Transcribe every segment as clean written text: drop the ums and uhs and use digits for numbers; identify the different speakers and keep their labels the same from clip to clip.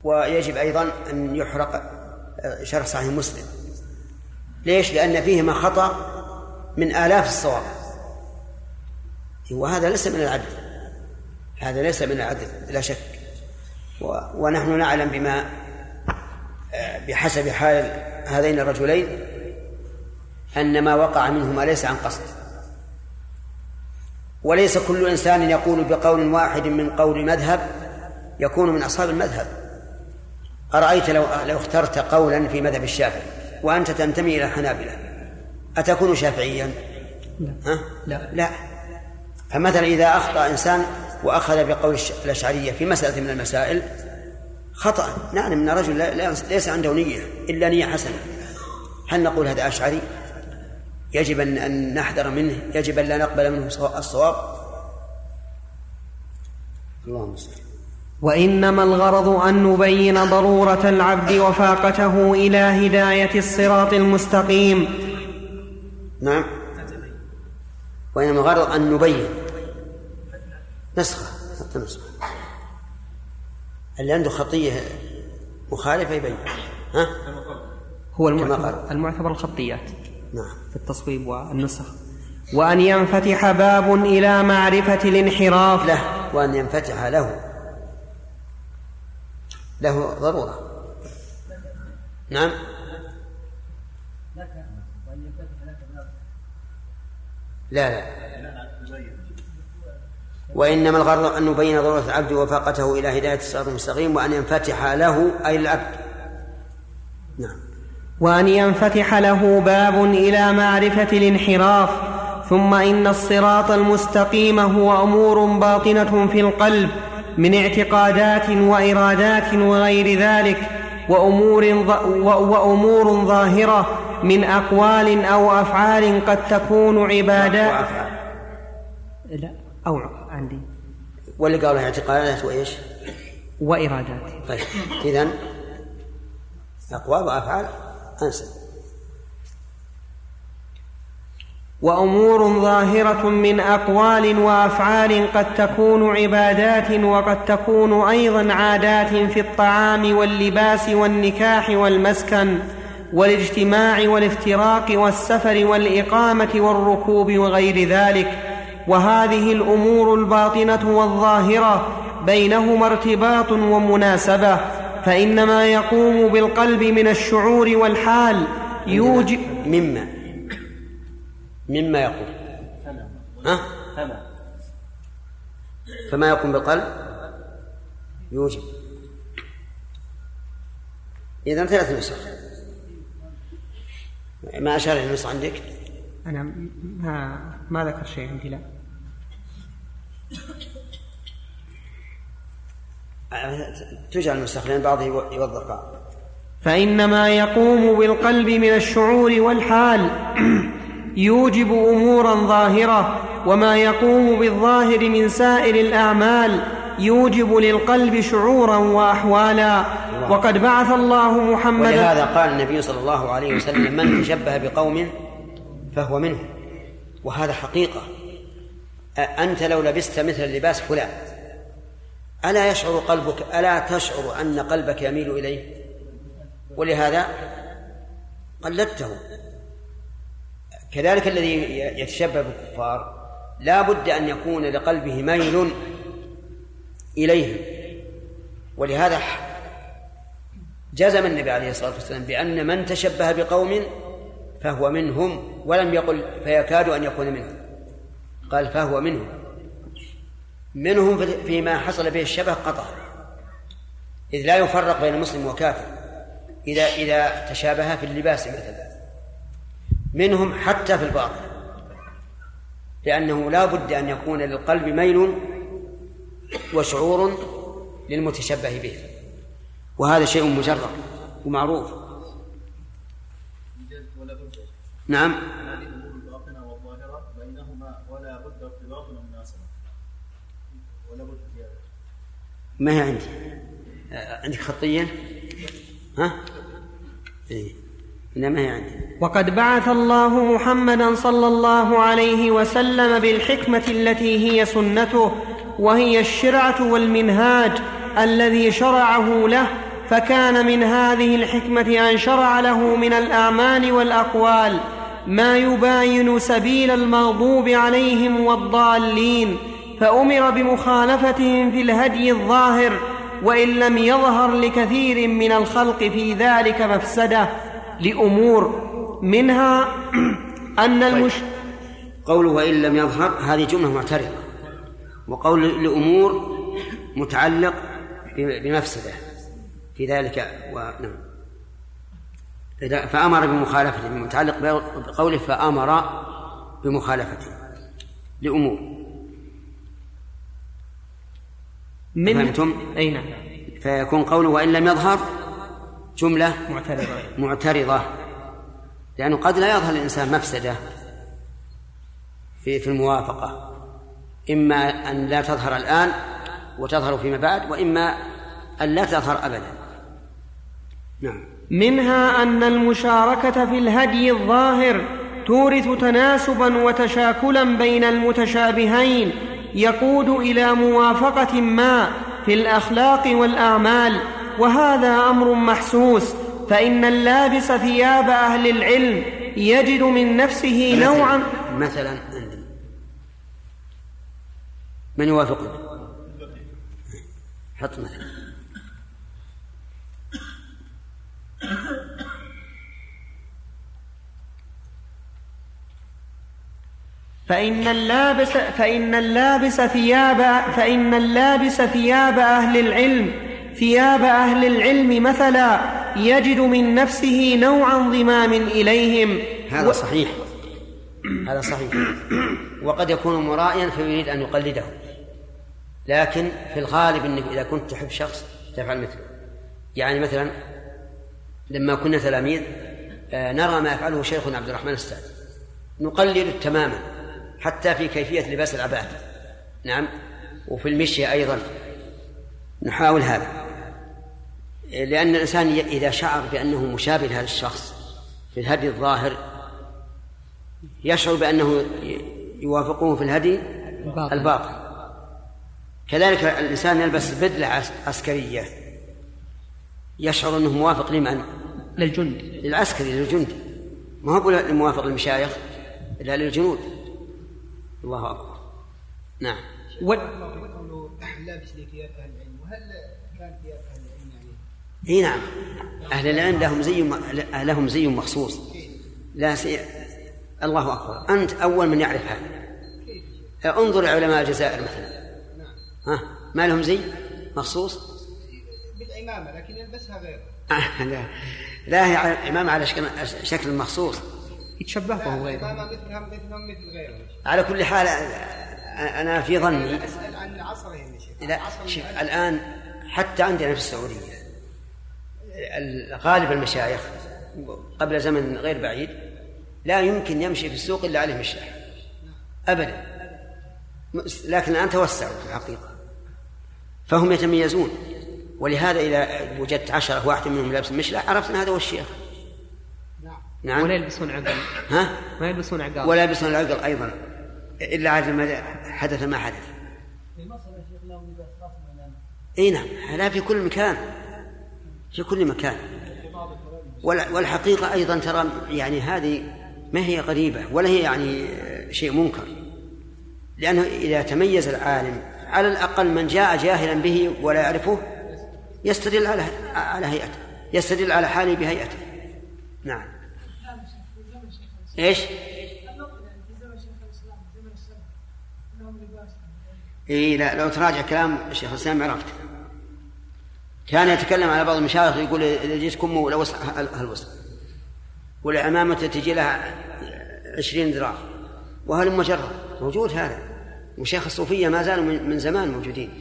Speaker 1: ويجب أيضا أن يحرق شرح صحيح مسلم. ليش؟ لأن فيهما خطأ من آلاف الصواب، وهذا ليس من العدل، هذا ليس من العدل لا شك. ونحن نعلم بما بحسب حال هذين الرجلين أن ما وقع منهما ليس عن قصد، وليس كل إنسان يقول بقول واحد من قول مذهب يكون من أصحاب المذهب. أرأيت لو اخترت قولا في مذهب الشافعي وأنت تنتمي إلى الحنابلة أتكون شافعيا؟ لا. فمثلا إذا أخطأ إنسان وأخذ بقول الأشعرية في مسألة من المسائل خطأ، نعلم أن رجل ليس عنده نية إلا نية حسنة، هل نقول هذا أشعري؟ يجب أن نحذر منه، يجب أن لا نقبل منه الصواب. اللهم صل.
Speaker 2: وإنما الغرض أن نبين ضرورة العبد وفاقته إلى هداية الصراط المستقيم.
Speaker 1: نعم، وإنما الغرض أن نبين نسخة اللي عنده خطية مخالفة يبين.
Speaker 2: هو المعتبر الخطيات.
Speaker 1: نعم.
Speaker 2: في التصويب والنسخ. وأن ينفتح باب إلى معرفة الانحراف
Speaker 1: له، وأن ينفتح له ضرورة. نعم. لا وإنما الغرض أن نبين ضرورة العبد وفاقته إلى هداية الصراط المستقيم، وأن ينفتح له أي العبد. نعم.
Speaker 2: وأن ينفتح له باب إلى معرفة الانحراف. ثم إن الصراط المستقيم هو أمور باطنة في القلب من اعتقادات وإرادات وغير ذلك، وأمور ظاهرة من أقوال أو أفعال قد تكون عبادات. لا أو عندي
Speaker 1: واللي قالوا اعتقادات وإيش
Speaker 2: وإرادات.
Speaker 1: طيب إذن أقوال وأفعال أنسى.
Speaker 2: وأمور ظاهرة من أقوال وأفعال قد تكون عبادات وقد تكون أيضا عادات في الطعام واللباس والنكاح والمسكن والاجتماع والافتراق والسفر والإقامة والركوب وغير ذلك. وهذه الأمور الباطنة والظاهرة بينهما ارتباط ومناسبة، فإن ما يقوم بالقلب من الشعور والحال يوجب
Speaker 1: مما يقوم فما يقوم بالقلب يوجب. إذن 3 نسخ. ما أشار إلى النسخ عندك؟
Speaker 2: أنا ما ذكر شيء عندي. لا
Speaker 1: تجعل النسخ لأن بعضه يوضح بعض.
Speaker 2: فإنما يقوم بالقلب من الشعور والحال يوجب أمورا ظاهرة، وما يقوم بالظاهر من سائر الأعمال يوجب للقلب شعورا وأحوالا. وقد بعث الله محمدا.
Speaker 1: ولهذا قال النبي صلى الله عليه وسلم: من تشبه بقوم فهو منه. وهذا حقيقة. أنت لو لبست مثل لباس فلان ألا يشعر قلبك، ألا تشعر أن قلبك يميل إليه؟ ولهذا قلدته. كذلك الذي يتشبه بالكفار لا بد أن يكون لقلبه ميل إليهم. ولهذا جزم النبي عليه الصلاة والسلام بأن من تشبه بقوم فهو منهم، ولم يقل فيكاد أن يكون منهم، قال فهو منهم فيما حصل به الشبه قطع، إذ لا يفرق بين مسلم وكافر إذا تشابه في اللباس مثلا، منهم حتى في الباطن، لأنه لا بد أن يكون للقلب ميل وشعور للمتشبه به، وهذا شيء مجرد ومعروف. نعم.
Speaker 3: هذه الأمور الباطنة والظاهرة بينهما ولا بد ارتباط ومناسبة، ولا بد زيادة.
Speaker 1: ما هي عندي؟ عندك خطية؟ ها؟ إيه. ما هي عندي.
Speaker 2: وقد بعث الله محمدا صلى الله عليه وسلم بالحكمة التي هي سنته، وهي الشرعة والمنهاج الذي شرعه له، فكان من هذه الحكمة أن شرع له من الأعمال والأقوال ما يباين سبيل المغضوب عليهم والضالين، فأمر بمخالفتهم في الهدي الظاهر، وإن لم يظهر لكثير من الخلق في ذلك مفسدة لأمور، منها أن
Speaker 1: قوله وإن لم يظهر هذه جملة معترضة، وقول لأمور متعلق بمفسدة في ذلك. فأمر بمخالفته متعلق بقوله فأمر بمخالفته لأمور. فهمتم؟
Speaker 2: أي نعم.
Speaker 1: فيكون قوله وإن لم يظهر جملة معترضة، لأنه قد لا يظهر الإنسان مفسدة في الموافقة، إما أن لا تظهر الآن وتظهر فيما بعد، وإما أن لا تظهر أبدا. نعم.
Speaker 2: منها أن المشاركة في الهدي الظاهر تورث تناسبا وتشاكلا بين المتشابهين، يقود إلى موافقة ما في الأخلاق والأعمال، وهذا أمر محسوس، فإن اللابس ثياب أهل العلم يجد من نفسه نوعا.
Speaker 1: مثلا عندي من يوافقني؟ حط مثلا.
Speaker 2: فإن اللابس ثياب أهل العلم مثلا يجد من نفسه نوعا انضمام إليهم.
Speaker 1: هذا صحيح، هذا صحيح. وقد يكون مرائيا فيريد أن يقلده، لكن في الغالب أنك إذا كنت تحب شخص تفعل مثله. يعني مثلا لما كنا تلاميذ نرى ما يفعله شيخنا عبد الرحمن السعدي نقلده تماما، حتى في كيفية لباس العباد. نعم. وفي المشي أيضا نحاول هذا، لأن الإنسان إذا شعر بأنه مشابه لهذا الشخص في الهدي الظاهر يشعر بأنه يوافقه في الهدي الباطن. كذلك الإنسان يلبس بدلة عسكرية يشعر أنه موافق لمن؟ للعسكري، للجندي، ما هو موافق للمشايخ إلا للجنود. الله أكبر. نعم.
Speaker 4: لابس لثياب أهل العلم، وهل كان ثياب أهل العلم يعني؟
Speaker 1: إيه نعم، أهل العلم لهم زي مخصوص. لا الله أكبر. أنت أول من يعرف هذا. انظر علماء الجزائر مثلا، ما لهم زي مخصوص؟
Speaker 4: بالعمامة، لكن يلبسها غير.
Speaker 1: لا هي عمامة على شكل مخصوص
Speaker 2: يتشبه به غيره.
Speaker 4: مثل غيره.
Speaker 1: على كل حال أنا في ظني
Speaker 4: أسأل عن عصرهم
Speaker 1: لا الآن حتى عندنا في السعودية غالب المشايخ قبل زمن غير بعيد لا يمكن يمشي في السوق إلا عليه مشاح أبدا، لكن الآن توسعوا في الحقيقة فهم يتميزون. ولهذا إذا وجدت 10 واحد منهم لابس مشلح عرفت أن هذا هو الشيخ.
Speaker 2: نعم. ولا يلبسون عقل. ما يلبسون عقل.
Speaker 1: ولا يلبسون العقل أيضا إلا عاد ما حدث ما حدث.
Speaker 4: في مصر يا شيخ لهم لباس خاص من
Speaker 1: اي نعم، هذا في كل مكان، في كل مكان. والحقيقة أيضا ترى يعني هذه ما هي غريبة ولا هي يعني شيء منكر، لأنه إذا تميز العالم على الأقل من جاء جاهلا به ولا يعرفه يستدل على هيئته، يستدل على حاله بهيئته. نعم. إيش؟ إيه لا، لو تراجع كلام الشيخ الإسلام عرفت. كان يتكلم على بعض المشايخ يقول إذا جيت كمه لو وسع هالوسع، والعمامة تجي لها 20 ذراع، وهل مجرد موجود هذا، وشيخ الصوفية ما زالوا من زمان موجودين.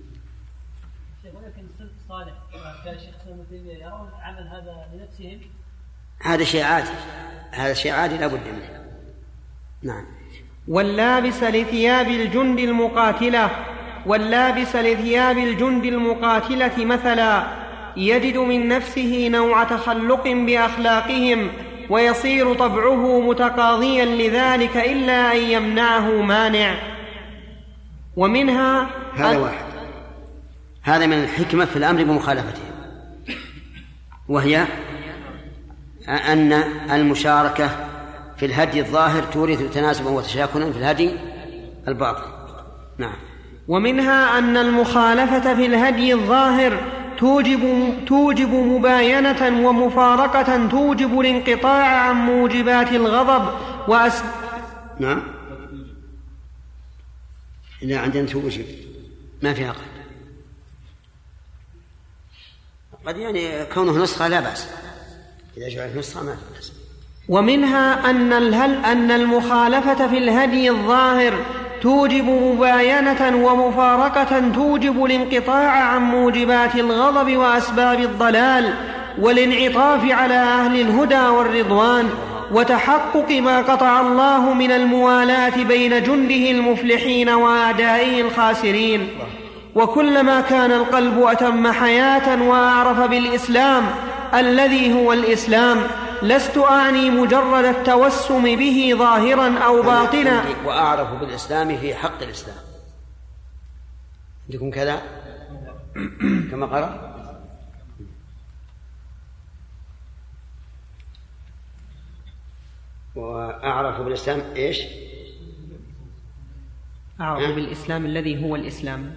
Speaker 4: ولكن السلف الصالح كان الشيخ الإسلام يرون عمل هذا لنفسهم.
Speaker 1: هذا شيء عادي، هذا شيء عادي لا بد منه. نعم.
Speaker 2: واللابس لثياب الجند المقاتلة مثلا يجد من نفسه نوع تخلق بأخلاقهم ويصير طبعه متقاضيا لذلك إلا أن يمنعه مانع. ومنها
Speaker 1: هذا واحد، هذا من الحكمة في الأمر بمخالفتهم، وهي أن المشاركة في الهدي الظاهر تورث تناسبا وتشاكلا في الهدي الباطن. نعم.
Speaker 2: ومنها أن المخالفة في الهدي الظاهر توجب مباينة ومفارقة توجب الانقطاع عن موجبات الغضب
Speaker 1: نعم. إذا عندنا توجب ما فيها قد يعني كونه نسخة لا بأس، إذا جعلت نسخة ما في بأس.
Speaker 2: ومنها أن المخالفة في الهدي الظاهر توجب مباينة ومفارقة توجب الانقطاع عن موجبات الغضب وأسباب الضلال والانعطاف على أهل الهدى والرضوان وتحقق ما قطع الله من الموالاة بين جنده المفلحين وأعدائه الخاسرين. وكلما كان القلب أتم حياة وأعرف بالإسلام الذي هو الإسلام، لست أعني مجرد التوسم به ظاهرا أو باطنا.
Speaker 1: وأعرف بالإسلام في حق الإسلام. عندكم كذا كما قرأ؟ وأعرف بالإسلام إيش؟
Speaker 2: أعرف بالإسلام الذي هو الإسلام.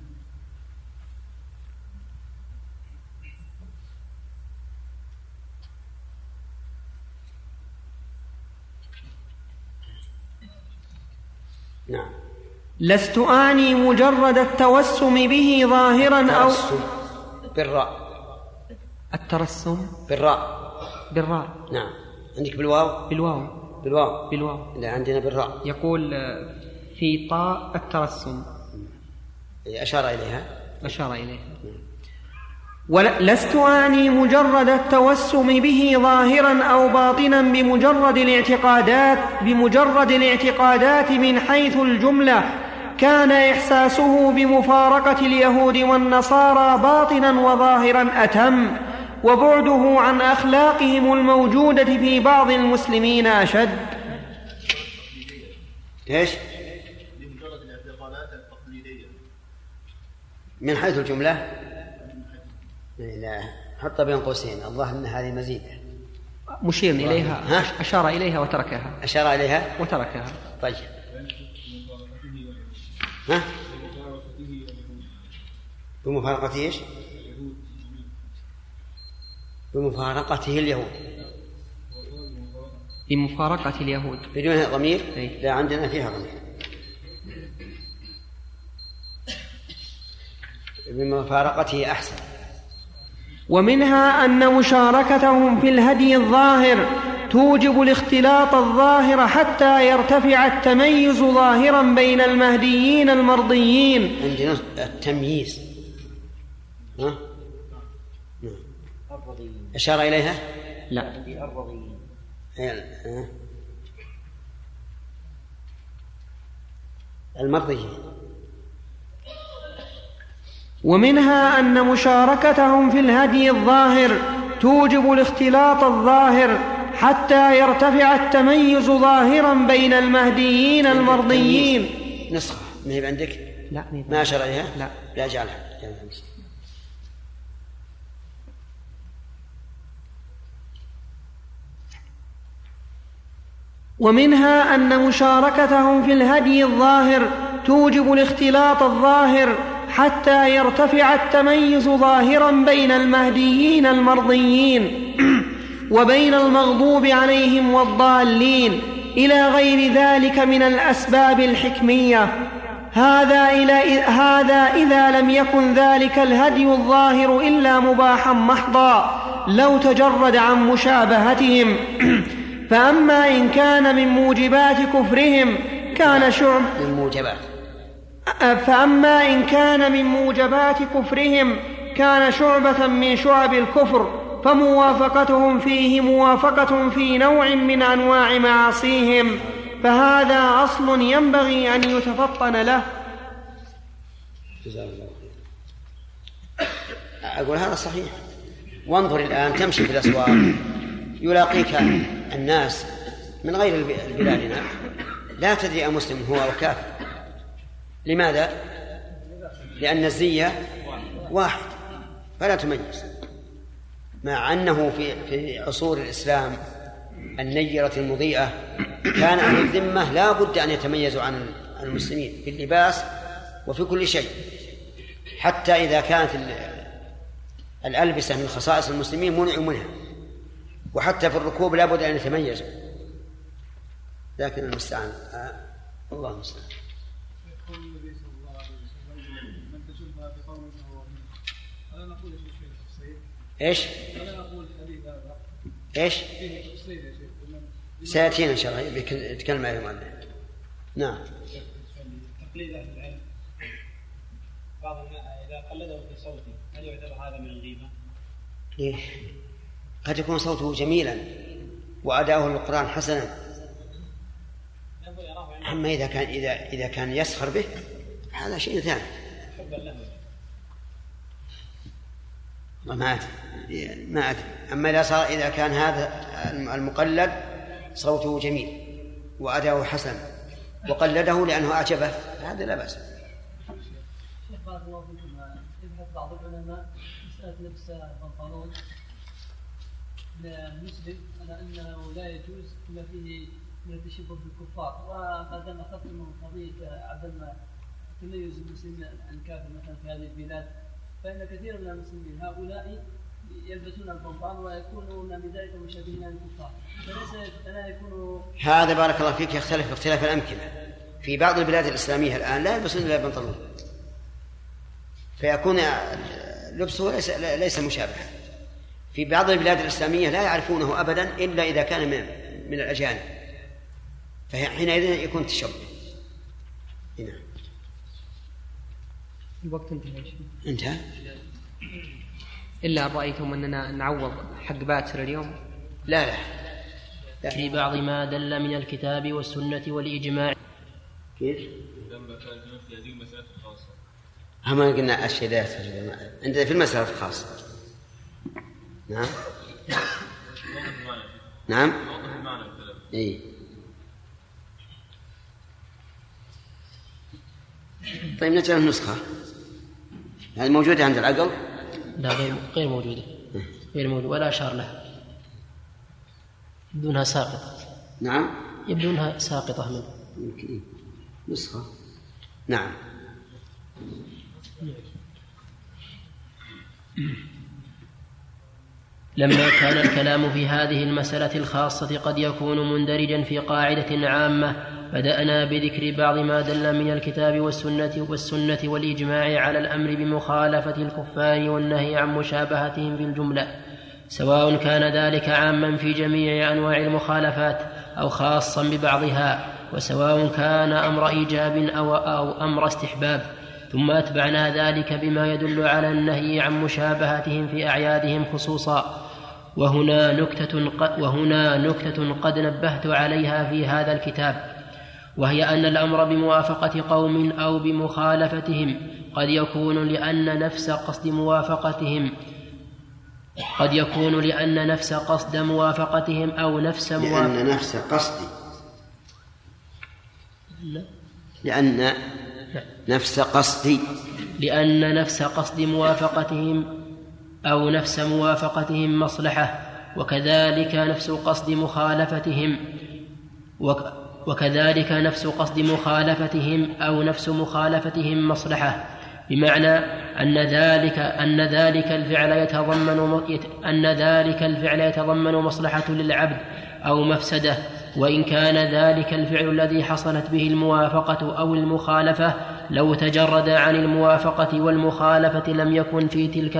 Speaker 1: نعم.
Speaker 2: لست أعني مجرد التوسم به ظاهرا أو
Speaker 1: بالراء.
Speaker 2: الترسم
Speaker 1: بالراء. نعم. عندك بالواو؟ بالواو. لا، عندنا بالراء.
Speaker 2: يقول في طاء الترسم.
Speaker 1: أشار إليها.
Speaker 2: ولست أعني مجرد التوسم به ظاهرا أو باطنا بمجرد الاعتقادات من حيث الجملة. كان إحساسه بمفارقة اليهود والنصارى باطنا وظاهرا أتم، وبعده عن أخلاقهم الموجودة في بعض المسلمين أشد.
Speaker 1: إيش؟
Speaker 3: لمجرد الاعتقادات التقليدية
Speaker 1: من حيث الجملة. لا، حط بين قوسين، الله إن هذه مزيدة.
Speaker 2: مشير إليها. أشار إليها وتركها.
Speaker 1: طيب. ها؟ بمفارقته إيش؟ بمفارقته اليهود.
Speaker 2: بمفارقة اليهود
Speaker 1: بدون ضمير؟ لا، عندنا فيها ضمير. بمفارقته أحسن.
Speaker 2: ومنها أن مشاركتهم في الهدي الظاهر توجب الاختلاط الظاهر حتى يرتفع التميز ظاهرا بين المهديين المرضيين.
Speaker 1: عندنا التمييز. ها؟ أشار إليها؟
Speaker 2: لا.
Speaker 1: المرضيين.
Speaker 2: ومنها أن مشاركتهم في الهدي الظاهر توجب الاختلاط الظاهر حتى يرتفع التميز ظاهرا بين المهديين المرضيين.
Speaker 1: نسخة ما هي عندك؟
Speaker 2: لا.
Speaker 1: ما أشار إليها؟
Speaker 2: لا
Speaker 1: أجعلها.
Speaker 2: ومنها أن مشاركتهم في الهدي الظاهر توجب الاختلاط الظاهر حتى يرتفع التميز ظاهرا بين المهديين المرضيين وبين المغضوب عليهم والضالين إلى غير ذلك من الأسباب الحكمية. هذا إذا لم يكن ذلك الهدي الظاهر إلا مباحا محضا لو تجرد عن مشابهتهم. فأما إن كان من موجبات كفرهم كان شعبة من شعب الكفر، فموافقتهم فيه موافقة في نوع من أنواع معاصيهم، فهذا أصل ينبغي أن يتفطن له.
Speaker 1: أقول هذا صحيح. وانظر الآن تمشي في الأسواق يلاقيك الناس من غير بلادنا لا تدري أمسلم هو أو كافر. لماذا؟ لأن الزية واحد فلا تميز. مع أنه في عصور الإسلام النيرة المضيئة كان أهل الذمة لا بد أن يتميزوا عن المسلمين في اللباس وفي كل شيء، حتى إذا كانت الألبسة من خصائص المسلمين منعوا منها، وحتى في الركوب لا بد أن يتميزوا، لكن المستعان الله المستعان. ايش؟ ايش؟ سيأتينا إن شاء الله يتكلم عليه المؤلف. نعم.
Speaker 5: تقليد أهل العلم بعض إذا قلده في صوته هل يعتبر هذا من الغيبة؟
Speaker 1: ليه؟ قد يكون صوته جميلا وأداؤه للقرآن حسنا، أما إذا كان يسخر به هذا شيء ثاني. ما أدري. أما إذا كان هذا المقلد صوته جميل وأداؤه حسن وقلده لأنه أعجبه هذا لا بأس.
Speaker 4: شيخ بارك الله فيكم، يبحث بعض العلماء مسألة لبس البنطلون للمسلم على أنه لا يجوز بما فيه من التشبه بالكفار، وما دام أخذت من قضية عدم تميز المسلمين عن الكافر مثلا في هذه البلاد، فإن كثير من المسلمين هؤلاء يلبسون البنطلون ويكونون بذلك مشابهين للكفار، فليس لا يكون
Speaker 1: هذا بارك الله فيك يختلف باختلاف الأمكنة. في بعض البلاد الإسلامية الآن لا يلبسون إلا البنطلون، فيكون لبسه ليس مشابها. في بعض البلاد الإسلامية لا يعرفونه أبدا إلا إذا كان من الأجانب، فحينئذ يكون تشبه. هنا
Speaker 2: الوقت
Speaker 1: انتهى.
Speaker 2: إلا رأيتم أننا نعوض حق باتر اليوم؟
Speaker 1: لا.
Speaker 6: في بعض ما دل من الكتاب والسنة والإجماع.
Speaker 1: كيف؟ هم قلنا أشياء عندنا في المسألة الخاصة. نعم. إيه. طيب نجعل النسخة هذه موجودة عند العقل؟
Speaker 6: لا غير موجودة، غير موجودة ولا أشار لها، يبدونها ساقطة.
Speaker 1: نعم
Speaker 6: يبدونها ساقطة منه.
Speaker 1: نسخة. نعم.
Speaker 6: لما كان الكلام في هذه المسألة الخاصة قد يكون مندرجا في قاعدة عامة، بدأنا بذكر بعض ما دل من الكتاب والسنة والإجماع على الأمر بمخالفة الكفار والنهي عن مشابهتهم في الجملة، سواء كان ذلك عاما في جميع أنواع المخالفات أو خاصا ببعضها، وسواء كان أمر إيجاب أو أمر استحباب. ثم أتبعنا ذلك بما يدل على النهي عن مشابهتهم في أعيادهم خصوصا. وهنا نكتة قد نبهت عليها في هذا الكتاب، وهي أن الأمر بموافقة قوم أو بمخالفتهم قد يكون لأن نفس قصد موافقتهم أو نفس موافقتهم مصلحة، وكذلك نفس قصد مخالفتهم أو نفس مخالفتهم مصلحة، بمعنى أن ذلك الفعل يتضمن مصلحة للعبد أو مفسدة، وإن كان ذلك الفعل الذي حصلت به الموافقة أو المخالفة لو تجرد عن الموافقة والمخالفة لم يكن فيه تلك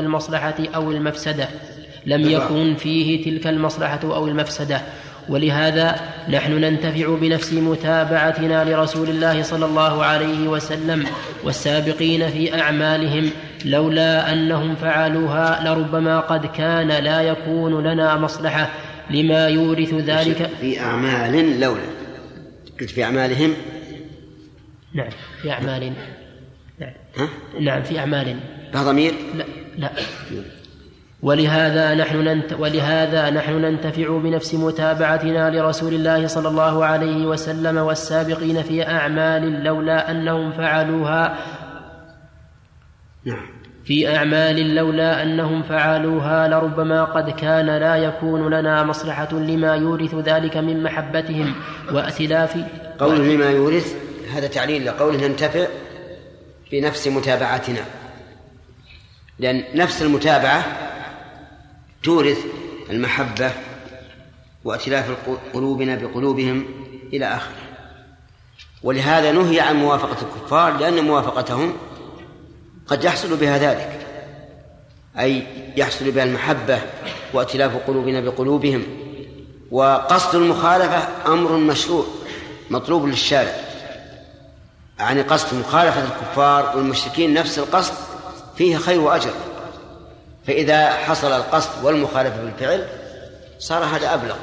Speaker 6: المصلحة أو المفسدة. ولهذا نحن ننتفع بنفس متابعتنا لرسول الله صلى الله عليه وسلم والسابقين في أعمالهم، لولا أنهم فعلوها لربما قد كان لا يكون لنا مصلحة لما يورث ذلك.
Speaker 1: في أعمال لولا قلت في أعمالهم.
Speaker 6: نعم في أعمال. نعم في أعمال.
Speaker 1: ضمير؟
Speaker 6: لا. ولهذا نحن ننتفع بنفس متابعتنا لرسول الله صلى الله عليه وسلم والسابقين في أعمال لولا أنهم فعلوها.
Speaker 1: نعم.
Speaker 6: في أعمال لولا أنهم فعلوها لربما قد كان لا يكون لنا مصلحة لما يورث ذلك من محبتهم وأتلاف.
Speaker 1: قول لما يورث هذا تعليل لقوله ننتفع بنفس متابعتنا، لأن نفس المتابعة تورث المحبة وأتلاف قلوبنا بقلوبهم إلى آخره. ولهذا نهي عن موافقة الكفار، لأن موافقتهم قد يحصل بها ذلك، أي يحصل بها المحبة وأتلاف قلوبنا بقلوبهم. وقصد المخالفة أمر مشروع مطلوب للشارع، يعني قصد مخالفة الكفار والمشركين نفس القصد فيه خير وأجر، فإذا حصل القصد والمخالفة بالفعل صار هذا أبلغ.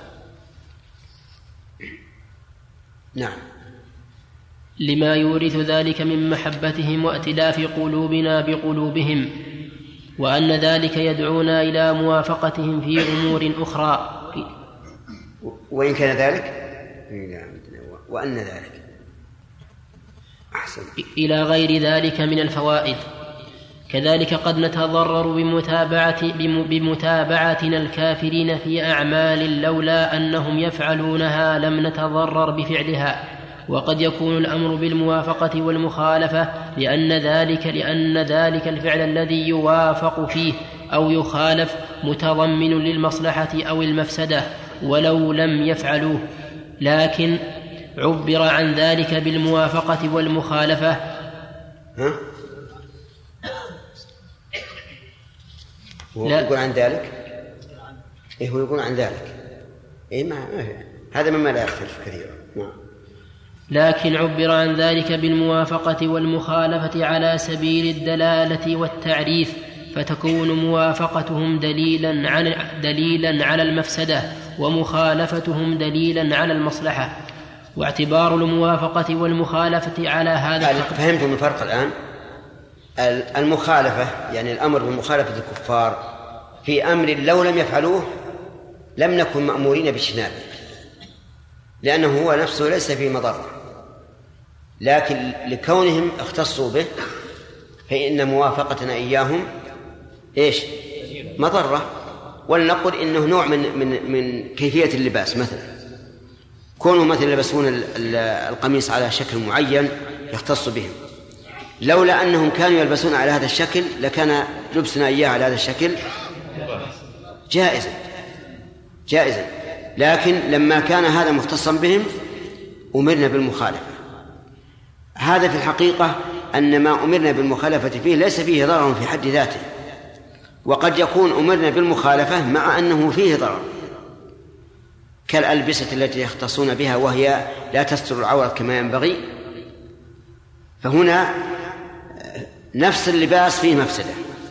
Speaker 1: نعم.
Speaker 6: لما يورث ذلك من محبتهم وأتلاف قلوبنا بقلوبهم، وأن ذلك يدعونا إلى موافقتهم في أمور أخرى.
Speaker 1: وإن كان ذلك وأن ذلك أحسن
Speaker 6: إلى غير ذلك من الفوائد. كذلك قد نتضرر بمتابعتنا الكافرين في أعمال لولا أنهم يفعلونها لم نتضرر بفعلها. وقد يكون الأمر بالموافقة والمخالفة لأن ذلك الفعل الذي يوافق فيه أو يخالف متضمن للمصلحة أو المفسدة ولو لم يفعلوه، لكن عبر عن ذلك بالموافقة والمخالفة.
Speaker 1: هو يقول عن ذلك هو يقول عن ذلك هذا مما لا يختلف كثيرا.
Speaker 6: لكن عبر عن ذلك بالموافقة والمخالفة على سبيل الدلالة والتعريف، فتكون موافقتهم دليلا على المفسدة ومخالفتهم دليلا على المصلحة. واعتبار الموافقة والمخالفة على هذا
Speaker 1: فهمتم الفرق الآن؟ المخالفة يعني الأمر بمخالفة الكفار في أمر لو لم يفعلوه لم نكن مأمورين باجتنابه، لأنه هو نفسه ليس فيه مضرة، لكن لكونهم اختصوا به فإن موافقتنا إياهم مضرة. ولنقل إنه نوع من كيفية اللباس، مثلا كونوا مثلا يلبسون القميص على شكل معين يختص بهم، لولا أنهم كانوا يلبسون على هذا الشكل لكان لبسنا إياه على هذا الشكل جائزا، لكن لما كان هذا مختصا بهم أمرنا بالمخالفة. هذا في الحقيقة أن ما أمرنا بالمخالفة فيه ليس فيه ضرر في حد ذاته، وقد يكون أمرنا بالمخالفة مع أنه فيه ضرر، كالألبسة التي يختصون بها وهي لا تستر العورة كما ينبغي، فهنا نفس اللباس فيه مفسدة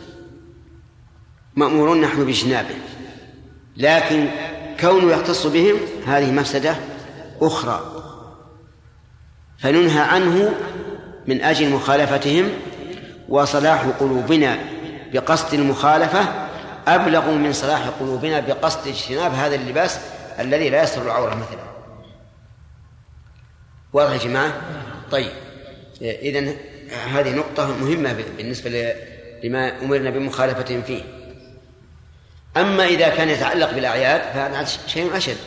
Speaker 1: مأمورون نحن باجتنابه، لكن كونه يختص بهم هذه مفسدة أخرى فننهى عنه من أجل مخالفتهم. وصلاح قلوبنا بقصد المخالفة أبلغ من صلاح قلوبنا بقصد اجتناب هذا اللباس الذي لا يستر العورة مثلا. واضح يا جماعة؟ طيب، إذن هذه نقطة مهمة بالنسبة لما أمرنا بمخالفتهم فيه. أما إذا كان يتعلق بالأعياد فهذا شيء أشد،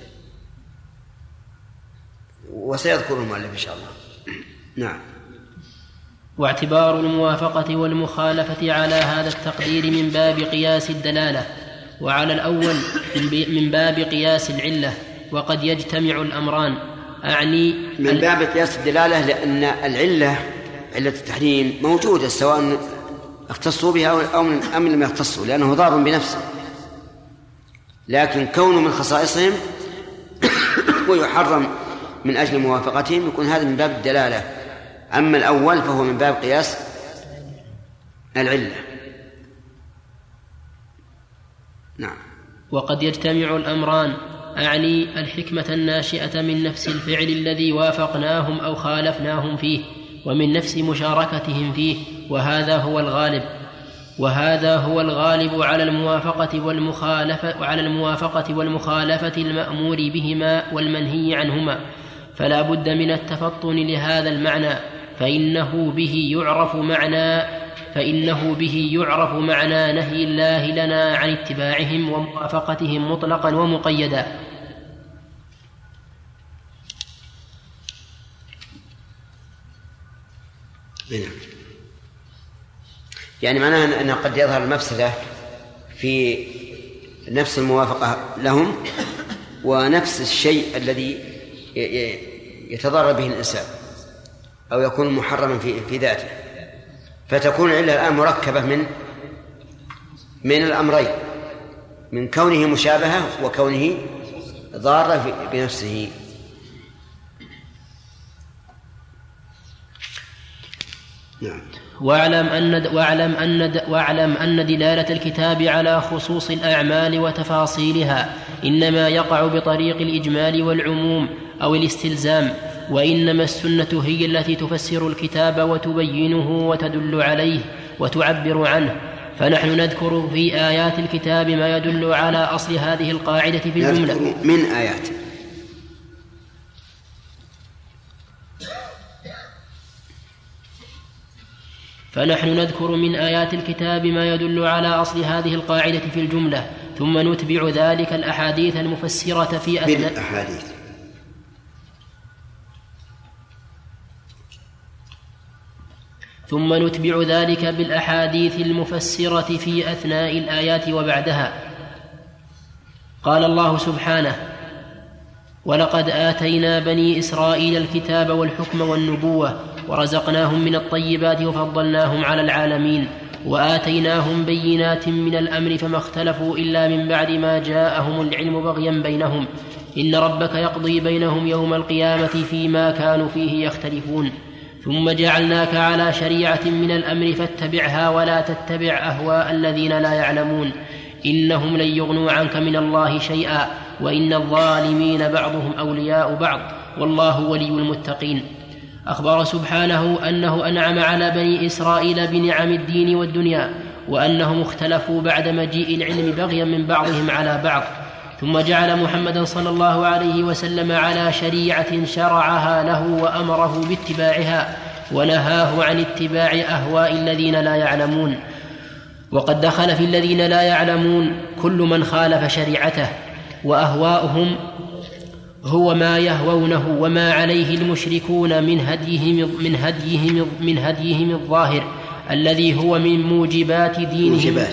Speaker 1: وسيذكر المؤلف إن شاء الله. نعم.
Speaker 6: واعتبار الموافقة والمخالفة على هذا التقدير من باب قياس الدلالة، وعلى الأول من باب قياس العلة، وقد يجتمع الأمران. أعني
Speaker 1: من باب قياس الدلالة لأن العلة علة التحريم موجودة سواء اختصوا بها أو أم لم يختصوا، لأنه ضار بنفسه، لكن كونه من خصائصهم ويحرم من أجل موافقتهم يكون هذا من باب الدلالة. أما الأول فهو من باب قياس العلة. نعم.
Speaker 6: وقد يجتمع الأمران، أعني الحكمة الناشئة من نفس الفعل الذي وافقناهم أو خالفناهم فيه، ومن نفس مشاركتهم فيه، وهذا هو الغالب على الموافقة والمخالفة المأمور بهما والمنهي عنهما. فلا بد من التفطن لهذا المعنى، فإنه به يعرف معنى فإنه به يعرف معنى نهي الله لنا عن اتباعهم وموافقتهم مطلقا ومقيدا.
Speaker 1: يعني معناها أنه قد يظهر المفسدة في نفس الموافقة لهم ونفس الشيء الذي يتضرر به الإنسان أو يكون محرما في ذاته، فتكون العلة الآن مركبة من الأمرين، من كونه مشابهة وكونه ضارة بنفسه. نعم.
Speaker 6: واعلم أن دلالة الكتاب على خصوص الأعمال وتفاصيلها إنما يقع بطريق الإجمال والعموم أو الاستلزام، وإنما السنة هي التي تفسر الكتاب وتبينه وتدل عليه وتعبر عنه. فنحن نذكر في آيات الكتاب ما يدل على أصل هذه القاعدة في الجملة
Speaker 1: من آيات.
Speaker 6: فنحن نذكر من آيات الكتاب ما يدل على أصل هذه القاعدة في الجملة، ثم نتبع ذلك الأحاديث المفسرة في أثناء الآيات وبعدها. قال الله سبحانه: ولقد آتينا بني إسرائيل الكتاب والحكم والنبوة ورزقناهم من الطيبات وفضلناهم على العالمين وآتيناهم بينات من الأمر فما اختلفوا إلا من بعد ما جاءهم العلم بغيا بينهم إن ربك يقضي بينهم يوم القيامة فيما كانوا فيه يختلفون ثم جعلناك على شريعة من الأمر فاتبعها ولا تتبع أهواء الذين لا يعلمون إنهم لن يغنوا عنك من الله شيئا وإن الظالمين بعضهم أولياء بعض والله ولي المتقين. أخبر سبحانه أنه أنعم على بني إسرائيل بنعم الدين والدنيا وأنهم اختلفوا بعد مجيء العلم بغيا من بعضهم على بعض، ثم جعل محمدا صلى الله عليه وسلم على شريعة شرعها له وأمره باتباعها ونهاه عن اتباع أهواء الذين لا يعلمون. وقد دخل في الذين لا يعلمون كل من خالف شريعته، وأهواؤهم هو ما يهوونه وما عليه المشركون من هديهم الظاهر الذي هو من موجبات دينهم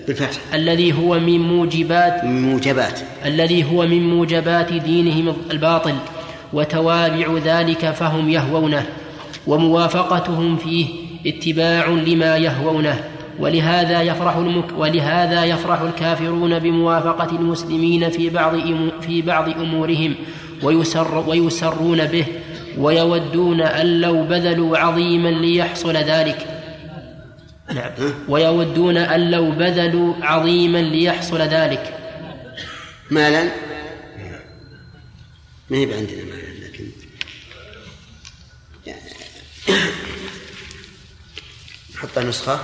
Speaker 6: الذي هو من موجبات دينهم الباطل وتوابع ذلك فهم يهوونه، وموافقتهم فيه اتباع لما يهوونه. ولهذا يفرح الكافرون بموافقة المسلمين في بعض أمورهم ويسرون به ويودون أن لو بذلوا عظيما ليحصل ذلك. نعم. ويودون أن لو بذلوا عظيما ليحصل ذلك.
Speaker 1: مالا ما هي عندنا مالا، لكن حط نسخة.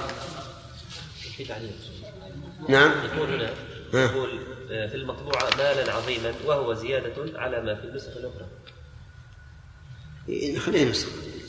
Speaker 1: نعم.
Speaker 7: يقول في المطبوعة مالا عظيما وهو زيادة على ما في النسخ الأخرى.
Speaker 1: خلينا نسخة.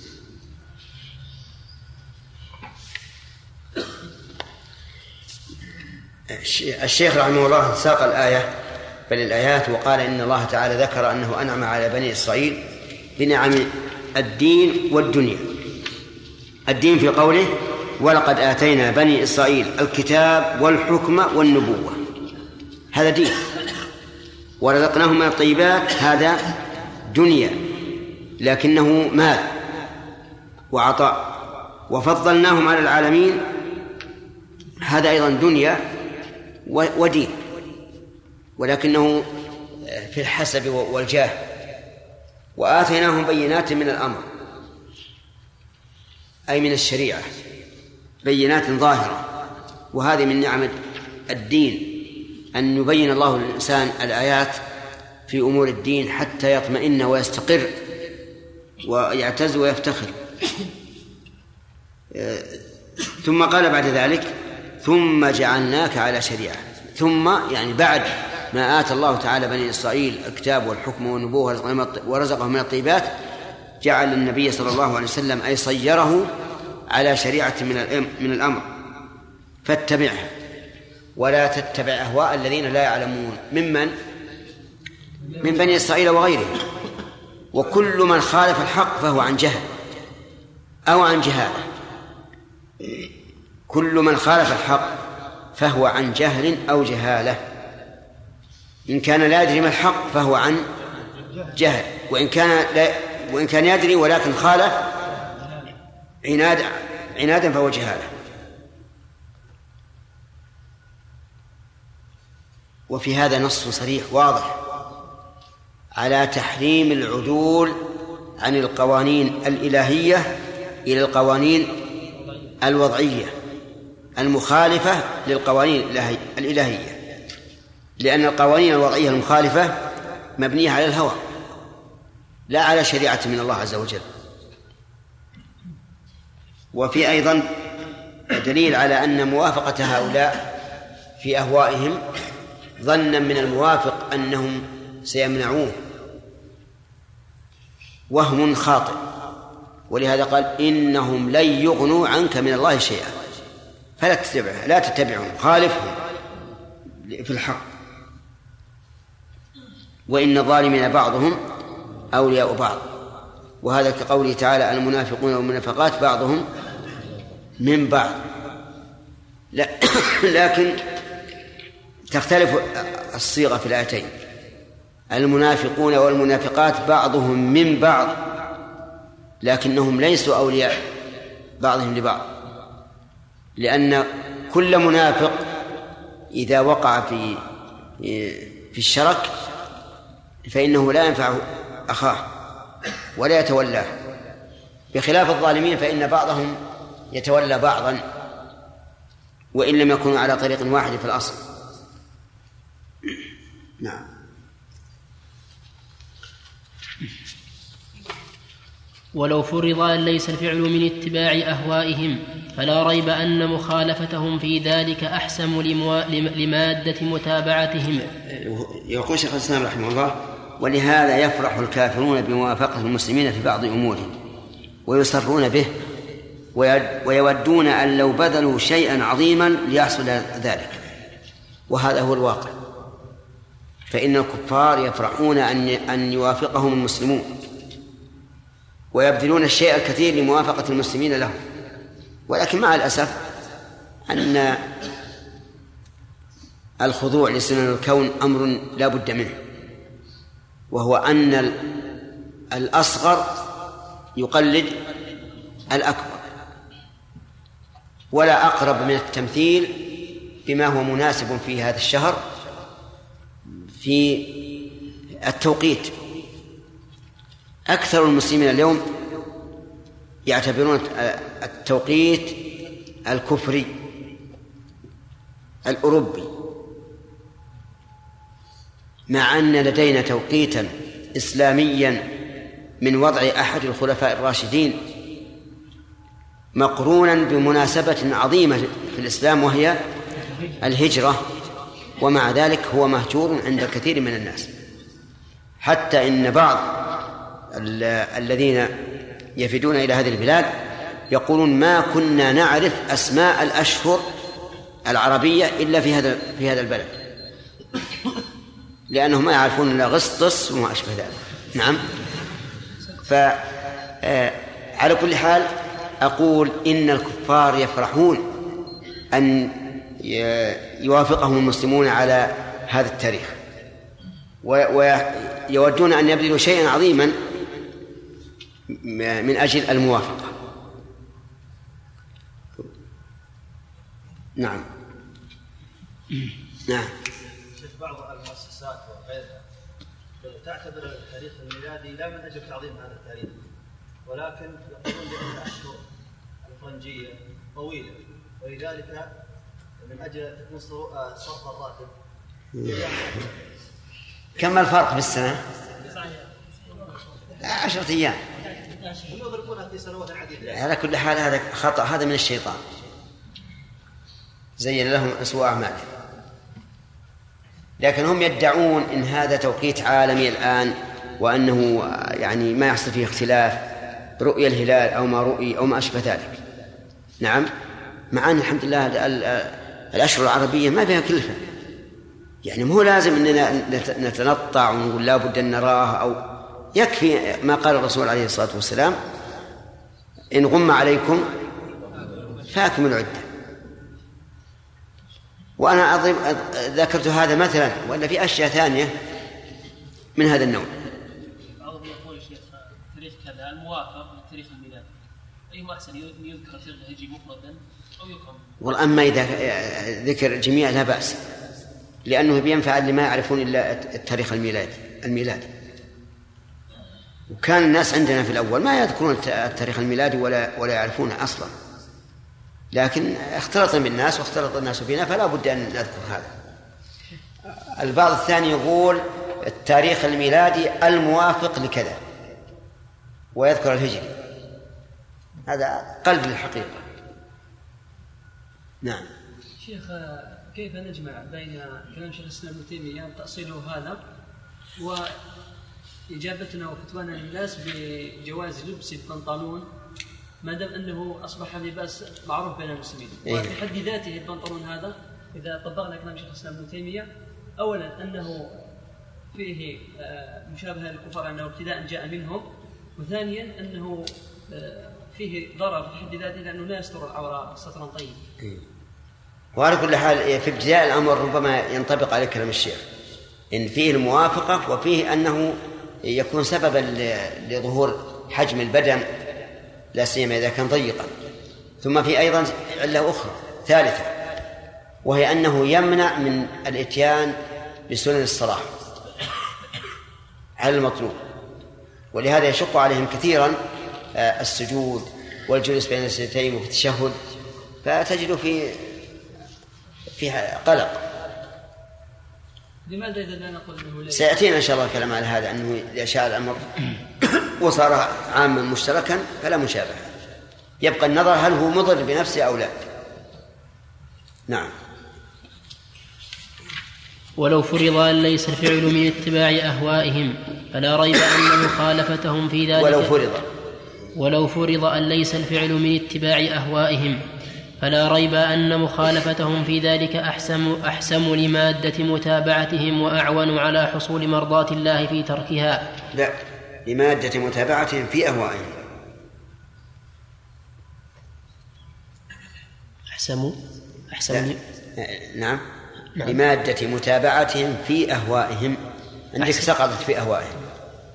Speaker 1: الشيخ رحمه الله ساق الآية بل الآيات وقال إن الله تعالى ذكر أنه أنعم على بني إسرائيل بنعم الدين والدنيا. الدين في قوله ولقد آتينا بني إسرائيل الكتاب والحكم والنبوة، هذا دين. ورزقناهم من الطيبات، هذا دنيا لكنه مال وعطاء. وفضلناهم على العالمين، هذا أيضا دنيا ودين ولكنه في الحسب والجاه. وآتيناهم بينات من الأمر أي من الشريعة، بينات ظاهرة، وهذه من نعم الدين أن يبين الله للإنسان الآيات في أمور الدين حتى يطمئن ويستقر ويعتز ويفتخر. ثم قال بعد ذلك ثم جعلناك على شريعة، ثم يعني بعد ما آتى الله تعالى بني إسرائيل الكتاب والحكم والنبوة ورزقهم من الطيبات، جعل النبي صلى الله عليه وسلم أي صيره على شريعة من الأمر فاتبعها ولا تتبع أهواء الذين لا يعلمون من بني إسرائيل وغيرهم. وكل من خالف الحق فهو عن جهل أو عن جهالة. كل من خالف الحق فهو عن جهل أو جهالة. إن كان لا يدري ما الحق فهو عن جهل، وإن كان يدري ولكن خالف عنادا فهو جهالة. وفي هذا نص صريح واضح على تحريم العدول عن القوانين الإلهية إلى القوانين الوضعية المخالفة للقوانين الإلهية، لأن القوانين الوضعية المخالفة مبنية على الهوى لا على شريعة من الله عز وجل. وفي أيضا دليل على أن موافقة هؤلاء في أهوائهم ظنا من الموافق أنهم سيمنعوه، وهم خاطئ، ولهذا قال إنهم لن يغنوا عنك من الله شيئا فلا تتبعهم، لا تتبعهم، خالفهم في الحق. وإن الظالمين بعضهم أولياء بعض، وهذا كقوله تعالى المنافقون والمنافقات بعضهم من بعض. لكن تختلف الصيغة في الآيتين. المنافقون والمنافقات بعضهم من بعض، لكنهم ليسوا أولياء بعضهم لبعض، لأن كل منافق إذا وقع في الشرك فإنه لا ينفع أخاه ولا يتولاه، بخلاف الظالمين فإن بعضهم يتولى بعضا وإن لم يكونوا على طريق واحد في الأصل. نعم.
Speaker 6: ولو فرض أن ليس الفعل من اتباع أهوائهم فلا ريب أن مخالفتهم في ذلك أحسم لمادة متابعتهم.
Speaker 1: يقول شيخ الإسلام رحمه الله: ولهذا يفرح الكافرون بموافقة المسلمين في بعض أمورهم ويصرون به ويودون أن لو بذلوا شيئا عظيما ليحصل ذلك. وهذا هو الواقع، فإن الكفار يفرحون أن يوافقهم المسلمون ويبذلون الشيء الكثير لموافقة المسلمين لهم، ولكن مع الأسف أن الخضوع لسنن الكون أمر لا بد منه، وهو أن الأصغر يقلد الأكبر، ولا أقرب من التمثيل بما هو مناسب في هذا الشهر في التوقيت. أكثر المسلمين اليوم يعتبرون التوقيت الكفري الأوروبي، مع أن لدينا توقيتا إسلاميا من وضع أحد الخلفاء الراشدين مقرونا بمناسبة عظيمة في الإسلام وهي الهجرة، ومع ذلك هو مهجور عند كثير من الناس، حتى إن بعض الذين يفدون إلى هذه البلاد يقولون ما كنا نعرف أسماء الأشهر العربية إلا في هذا البلد، لأنهم ما يعرفون إلا أغسطس وما أشبه ذلك. نعم. فعلى كل حال أقول إن الكفار يفرحون أن يوافقهم المسلمون على هذا التاريخ، ويودون أن يبذلوا شيئا عظيما من أجل الموافقة. نعم. نعم.
Speaker 3: بعض المؤسسات وغيرها تعتبر التاريخ الميلادي لا من أجل تعظيم هذا التاريخ، ولكن يقولون بأن الأشهر الفرنجية طويلة، ولذلك من أجل صرف الراتب.
Speaker 1: كم الفرق في السنة؟ 10 أيام. على كل حال هذا خطأ، هذا من الشيطان زين لهم أسوأ أعمالهم، لكن هم يدعون إن هذا توقيت عالمي الآن، وأنه يعني ما يحصل فيه اختلاف رؤية الهلال أو ما رؤي أو ما أشبه ذلك. نعم، مع أن الحمد لله الأشهر العربية ما فيها كلفة، يعني مو لازم أننا نتنطع ونقول لا بد أن نراه، أو يكفي ما قال الرسول عليه الصلاة والسلام: إن غم عليكم فأكملوا العدة. وأنا ذكرت هذا مثلا، ولا في أشياء ثانية من هذا النوع.
Speaker 8: بعضهم يقول الشيخ تاريخ كذا الموافق لتاريخ الميلاد، أيهما أحسن، يذكر تاريخ الهجري مفردا أو يقام؟
Speaker 1: والأما إذا ذكر جميع لا بأس، لأنه بينفع اللي ما يعرفون إلا التاريخ الميلاد. وكان الناس عندنا في الأول ما يذكرون التاريخ الميلادي ولا يعرفونه أصلا، لكن اختلط بالناس واختلط الناس بنا، فلا بد أن نذكر هذا. البعض الثاني يقول التاريخ الميلادي الموافق لكذا ويذكر الهجري، هذا قلب للحقيقة. نعم.
Speaker 4: شيخ، كيف نجمع بين كلام شيخ الإسلام ابن تيمية تأصيله هذا وإجابتنا وفتوانا للناس بجواز لبس البنطلون ما دام أنه أصبح لباس معروف بين المسلمين؟ وفي حد ذاته البنطلون هذا إذا طبقنا كلام شيخ الإسلام ابن تيمية، أولا أنه فيه مشابهة للكفار أنه ابتداء جاء منهم، وثانيا أنه فيه ضرر في حد ذاته لأنه لا يستر العورة سترا طيبا.
Speaker 1: وعلى كل حال في ابتداء الأمر ربما ينطبق على كلام الشيخ، إن فيه الموافقة وفيه أنه يكون سببا لظهور حجم البدن، لا سيما إذا كان ضيقا. ثم في أيضا علة أخرى ثالثة، وهي أنه يمنع من الإتيان بسنن الصلاة على المطلوب، ولهذا يشق عليهم كثيرا السجود والجلوس بين السجدتين وفي التشهد، فتجد في قلق.
Speaker 4: لماذا إذا لا نقول أنه
Speaker 1: سيأتينا إن شاء الله الكلام على هذا، أنه إذا شاء الأمر وصار عاما مشتركا فلا مشابهة، يبقى النظر هل هو مضر بنفسه أو لا. نعم.
Speaker 6: ولو فرض أن ليس الفعل من اتباع أهوائهم فلا ريب أن مخالفتهم في ذلك ولو فرض أن ليس الفعل من اتباع أهوائهم فلا ريب أن مخالفتهم في ذلك أحسم لمادة متابعتهم وأعون على حصول مرضاة الله في تركها.
Speaker 1: لا، لمادة متابعتهم في أهوائهم.
Speaker 6: أحسم
Speaker 1: نعم. لمادة متابعتهم في أهوائهم، عندك سقطت في أهوائهم.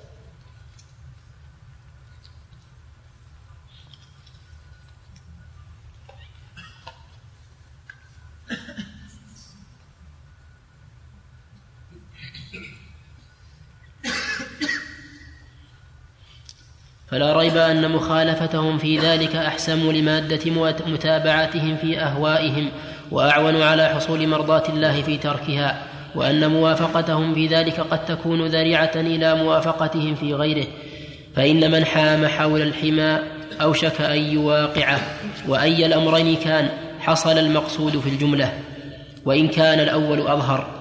Speaker 6: فلا ريب أن مخالفتهم في ذلك أحسم لمادة متابعتهم في أهوائهم وأعون على حصول مرضاة الله في تركها، وأن موافقتهم في ذلك قد تكون ذريعة إلى موافقتهم في غيره، فإن من حام حول الحمى أوشك أن يواقعه، وأي الأمرين كان حصل المقصود في الجملة، وإن كان الأول أظهر.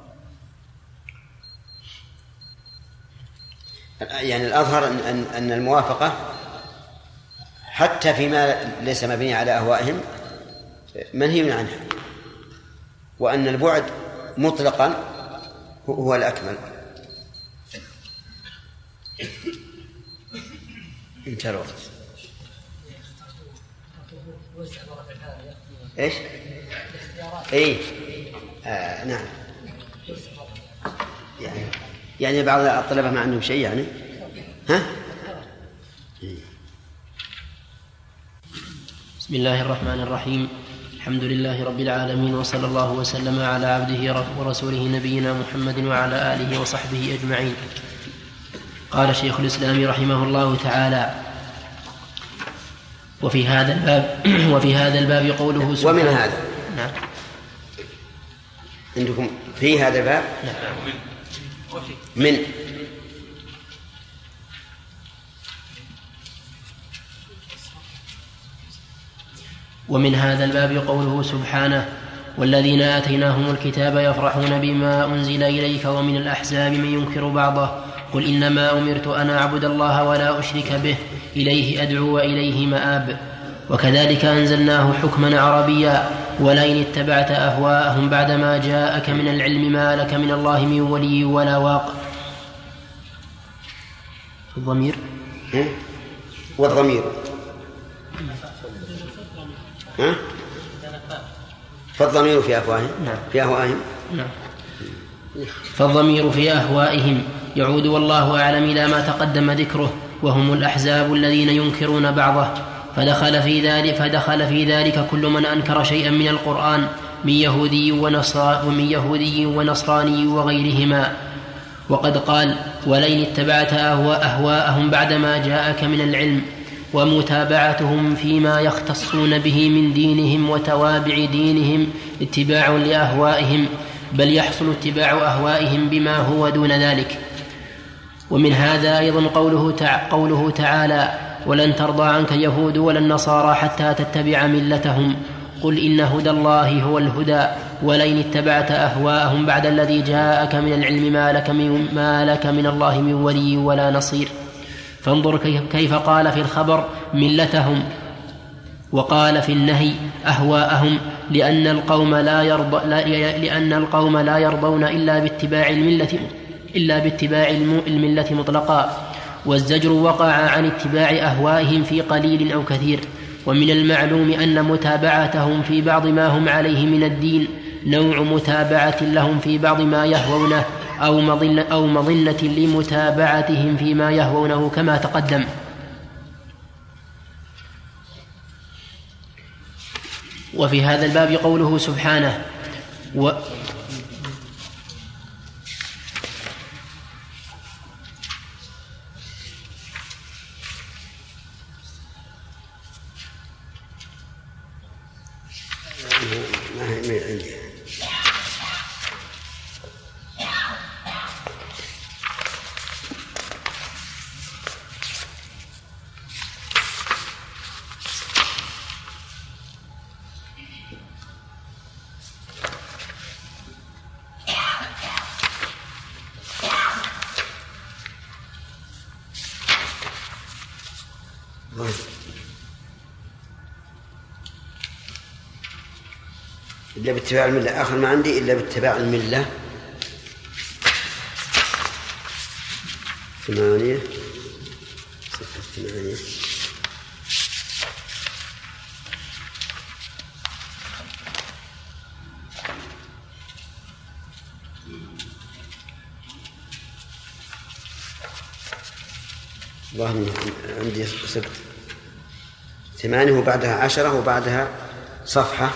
Speaker 1: يعني الأظهر أن الموافقة حتى فيما ليس مبني على أهوائهم منهي عنها، وأن البعد مطلقا هو الأكمل. انتهى الوقت. ايش؟ نعم. يعني بعض الطلبة ما عندهم شيء يعني
Speaker 6: بسم الله الرحمن الرحيم. الحمد لله رب العالمين، وصلى الله وسلم على عبده ورسوله نبينا محمد وعلى آله وصحبه أجمعين. قال شيخ الإسلام رحمه الله تعالى: وفي هذا الباب قوله سبحانه.
Speaker 1: ومن هذا
Speaker 6: نعم.
Speaker 1: عندكم في هذا الباب من
Speaker 6: ومن هذا الباب قوله سبحانه: والذين آتيناهم الكتاب يفرحون بما أنزل إليك ومن الأحزاب من ينكر بعضه قل إنما أمرت أن أعبد الله ولا أشرك به إليه أدعو وإليه مآب. وكذلك أنزلناه حكما عربيا ولئن اتبعت أهواءهم بعدما جاءك من العلم ما لك من الله من ولي ولا واق. الضمير
Speaker 1: والضمير فالضمير في أهوائهم في أهوائهم
Speaker 6: فالضمير في أهوائهم يعود والله أعلم إلى ما تقدم ذكره وهم الأحزاب الذين ينكرون بعضه، فدخل في ذلك كل من أنكر شيئا من القرآن من يهودي ونصراني وغيرهما. وقد قال ولئن اتبعت أهواءهم بعدما جاءك من العلم، ومتابعتهم فيما يختصون به من دينهم وتوابع دينهم اتباع لأهوائهم، بل يحصل اتباع أهوائهم بما هو دون ذلك. ومن هذا أيضا قوله تعالى ولن ترضى عنك اليهود ولا النصارى حتى تتبع ملتهم، قل إن هدى الله هو الهدى ولئن اتبعت أهواءهم بعد الذي جاءك من العلم ما لك من الله من ولي ولا نصير. فانظر كيف قال في الخبر ملتهم وقال في النهي أهواءهم، لأن القوم لا يرضون إلا باتباع الملة مطلقا، والزجر وقع عن اتباع أهوائهم في قليل أو كثير. ومن المعلوم أن متابعتهم في بعض ما هم عليه من الدين نوع متابعة لهم في بعض ما يهوونه أو مظنة لمتابعتهم فيما يهوونه كما تقدم. وفي هذا الباب قوله سبحانه
Speaker 1: إلا باتباع الملة. آخر ما عندي إلا باتباع الملة 8 والله عندي سكت 8 وبعدها 10 وبعدها صفحة.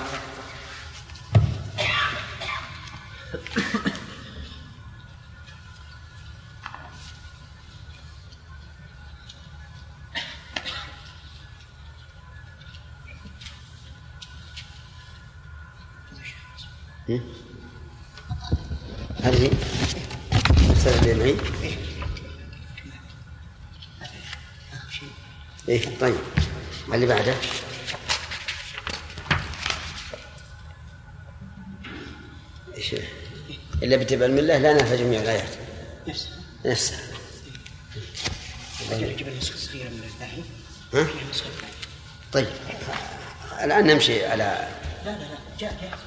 Speaker 1: هذه مسألة اللي معي. إيه طيب اللي بعده إيش إلا باتباع الملة لا نفع جميع الآيات نفسها. طيب الآن نمشي على
Speaker 9: جاء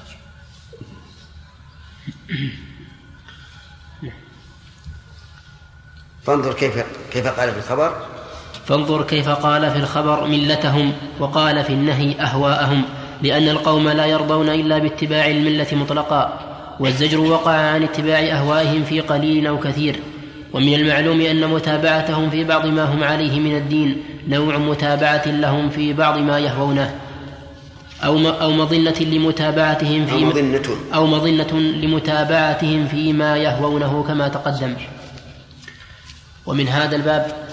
Speaker 1: فانظر كيف قال في الخبر.
Speaker 6: فانظر كيف قال في الخبر ملتهم وقال في النهي أهواءهم، لأن القوم لا يرضون إلا باتباع الملة مطلقا، والزجر وقع عن اتباع أهوائهم في قليل أو كثير. ومن المعلوم أن متابعتهم في بعض ما هم عليه من الدين نوع متابعة لهم في بعض ما يهوونه أو مظنة لمتابعتهم فيما يهوونه كما تقدم. ومن هذا الباب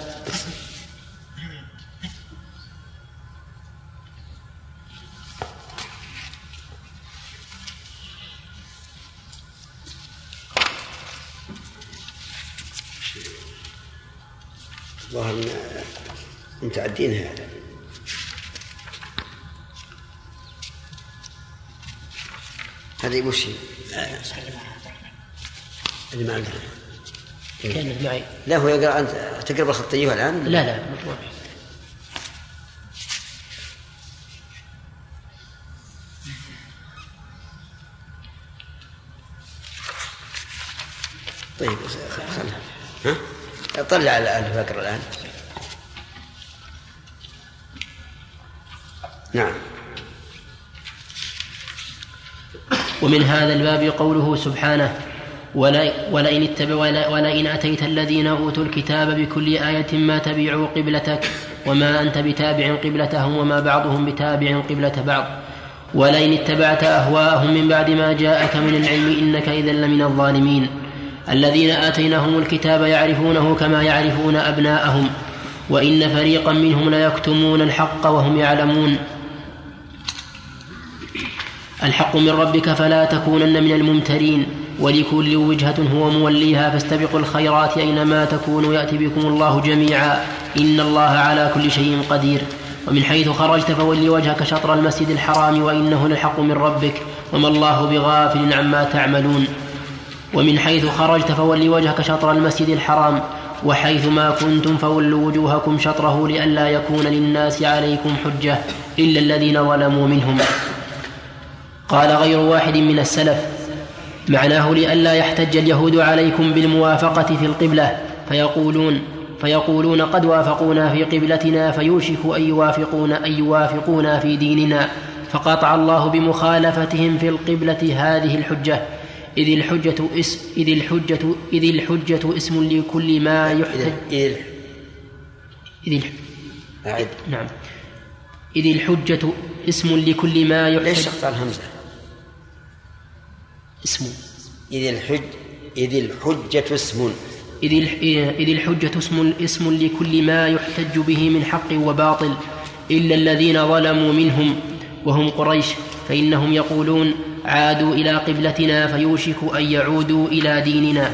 Speaker 1: ظهر متعدين هذا. هذه وش اللي ما عندنا
Speaker 6: كانت معي.
Speaker 1: لا هو يقرأ. أنت تقرأ بالخطية الآن؟
Speaker 6: لا مطلوب.
Speaker 1: طيب خلها طلع على الفكر الآن. نعم.
Speaker 6: ومن هذا الباب قوله سبحانه: ولئن أتيت الذين أوتوا الكتاب بكل آية ما تبعوا قبلتك وما أنت بتابع قبلتهم وما بعضهم بتابع قبلة بعض ولئن اتبعت أهواءهم من بعد ما جاءك من العلم إنك إذا لمن الظالمين. الذين آتيناهم الكتاب يعرفونه كما يعرفون أبناءهم وإن فريقا منهم ليكتمون الحق وهم يعلمون. الحق من ربك فلا تكونن من الممترين ولكل وجهة هو موليها فاستبقوا الخيرات أينما تكونوا يأتي بكم الله جميعا إن الله على كل شيء قدير. ومن حيث خرجت فول وجهك شطر المسجد الحرام وإنه للحق من ربك وما الله بغافل عما تعملون. ومن حيث خرجت فول وجهك شطر المسجد الحرام وحيث ما كنتم فولوا وجوهكم شطره لئلا يكون للناس عليكم حجة إلا الذين ظلموا منهم. قال غير واحد من السلف معناه لئلا يحتج اليهود عليكم بالموافقة في القبلة فيقولون قد وافقونا في قبلتنا فيوشك أن يوافقونا في ديننا فقطع الله بمخالفتهم في القبلة هذه الحجة إذ الحجة اسم لكل ما يحتج إذ الحجة اسم لكل ما يحتج.
Speaker 1: ليش قطع الهمزة؟
Speaker 6: اسم
Speaker 1: إذ الحجة
Speaker 6: اسم لكل ما يحتج به من حق وباطل إلا الذين ظلموا منهم وهم قريش فإنهم يقولون عادوا إلى قبلتنا فيوشك أن يعودوا إلى ديننا.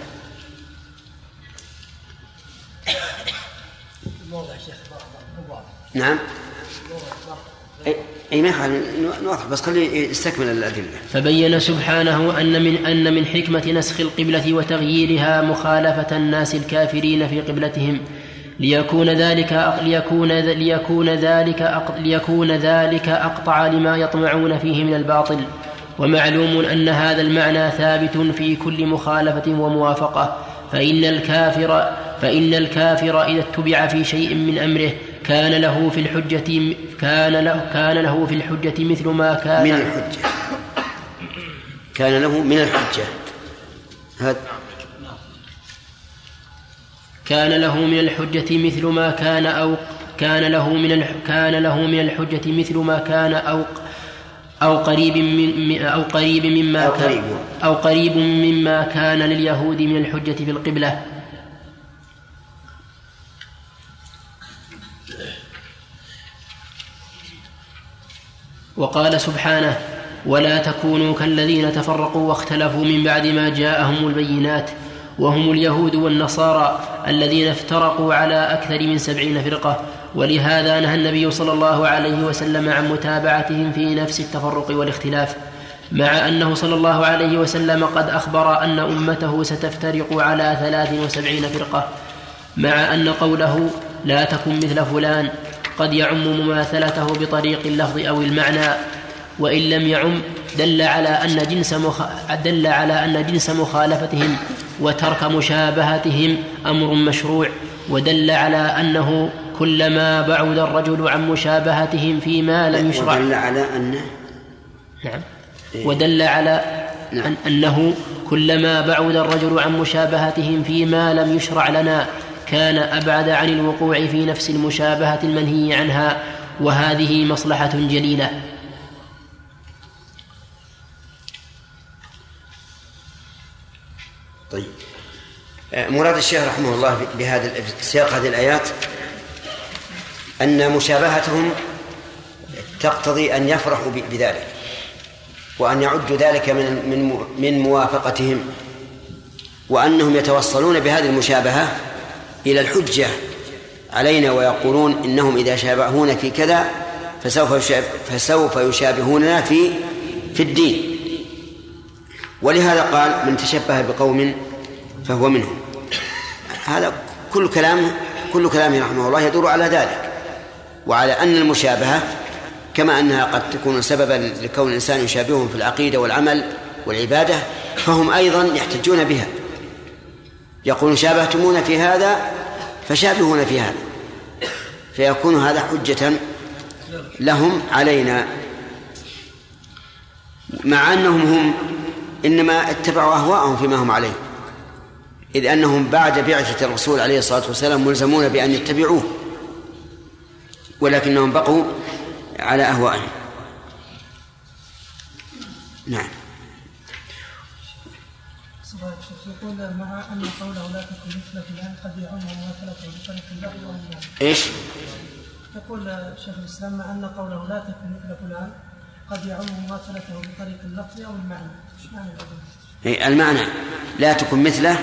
Speaker 1: نعم. أي ما يخالف نوضح بس خلي يستكمل الأدلة.
Speaker 6: فبين سبحانه أن من حكمة نسخ القبلة وتغييرها مخالفة الناس الكافرين في قبلتهم ليكون ذلك أقطع لما يطمعون فيه من الباطل. ومعلوم أن هذا المعنى ثابت في كل مخالفة وموافقة فإن الكافر إذا اتبع في شيء من أمره كان له في الحجة مثل ما كان
Speaker 1: من الحجة كان له من الحجة هذا
Speaker 6: كان له من الحجة مثل ما كان كان له من الحجة مثل ما كان أو قريب مما كان لليهود من الحجة في القبلة. وقال سبحانه ولا تكونوا كالذين تفرقوا واختلفوا من بعد ما جاءهم البينات وهم اليهود والنصارى الذين افترقوا على أكثر من 70 فرقة. ولهذا نهى النبي صلى الله عليه وسلم عن متابعتهم في نفس التفرق والاختلاف مع أنه صلى الله عليه وسلم قد أخبر أن أمته ستفترق على 73 فرقة مع أن قوله لا تكن مثل فلان قد يعم مماثلته بطريق اللفظ أو المعنى وإن لم يعم دل على أن جنس مخالفتهم وترك مشابهتهم أمر مشروع ودل على أنه كلما بعد الرجل عن مشابهتهم فيما لم يشرع ودل على أنه كلما بعد الرجل عن مشابهتهم فيما لم يشرع لنا كان أبعد عن الوقوع في نفس المشابهة المنهي عنها وهذه مصلحة جليلة.
Speaker 1: طيب مراد الشيخ رحمه الله بهذا سياق هذه الآيات أن مشابهتهم تقتضي أن يفرحوا بذلك وأن يعدوا ذلك من موافقتهم وأنهم يتوصلون بهذه المشابهة إلى الحجة علينا ويقولون إنهم إذا شابهون في كذا فسوف يشابهوننا في الدين. ولهذا قال من تشبه بقوم فهو منهم. هذا كل كلامه رحمه الله يدور على ذلك وعلى أن المشابهة كما أنها قد تكون سببا لكون الإنسان يشابههم في العقيدة والعمل والعبادة فهم أيضا يحتجون بها يقول شابهتمونا في هذا فشابهونا في هذا، فيكون هذا حجة لهم علينا، مع أنهم هم إنما اتبعوا أهواءهم فيما هم عليه، إذ أنهم بعد بعثة الرسول عليه الصلاة والسلام ملزمون بأن يتبعوه، ولكنهم بقوا على أهوائهم. نعم.
Speaker 9: يقول مع أن قوله لا تكن مثل فلان قد يعم مماثلته بطريق اللفظ والمعنى.
Speaker 1: إيش؟
Speaker 9: يقول شيخ الإسلام مع أن قوله لا تكن مثل فلان قد يعم مماثلته بطريق اللفظ أو المعنى. إيش معنى
Speaker 1: هذا؟ المعنى لا تكن مثله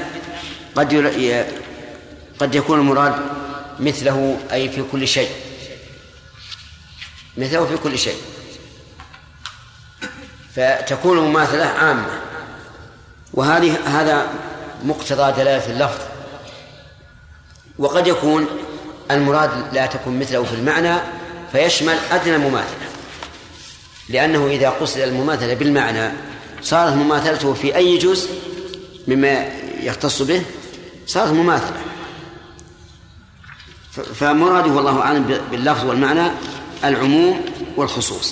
Speaker 1: قد يكون المراد مثله أي في كل شيء، مثله في كل شيء، فتكون المماثلة عامة، هذا مقتضى دلالة اللفظ. وقد يكون المراد لا تكن مثله في المعنى فيشمل أدنى مماثلة، لأنه إذا قصد المماثلة بالمعنى صارت مماثلته في أي جزء مما يختص به صارت مماثلة. فمراده والله أعلم باللفظ والمعنى العموم والخصوص.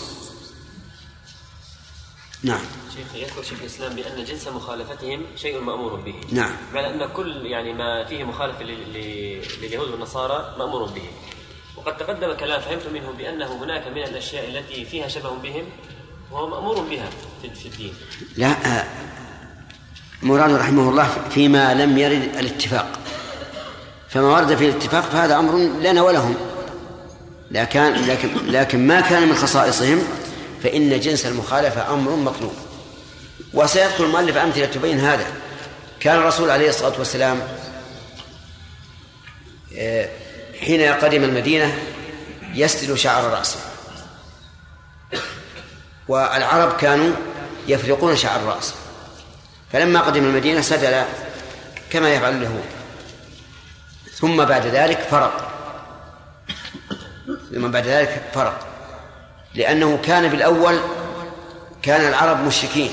Speaker 1: نعم.
Speaker 7: شيخ، يذكر شيخ الإسلام بأن جنس مخالفتهم شيء مأمور به.
Speaker 1: نعم.
Speaker 7: معنى أن كل يعني ما فيه مخالفة لليهود والنصارى مأمور به. وقد تقدم كلام فهمت منه بأنه هناك من الأشياء التي فيها شبه بهم وهو مأمور بها في الدين.
Speaker 1: لا، مراد رحمه الله فيما لم يرد الاتفاق، فما ورد في الاتفاق فهذا أمر لنا ولهم، لكن ما كان من خصائصهم فإن جنس المخالفة أمر مطلوب. وسيذكر المؤلف أمثلة تبين هذا. كان الرسول عليه الصلاة والسلام حين قدم المدينة يسدل شعر رأسه، والعرب كانوا يفرقون شعر الرأس، فلما قدم المدينة سدل كما يفعل اليهود، ثم بعد ذلك فرق، لأنه كان بالأول كان العرب مشركين،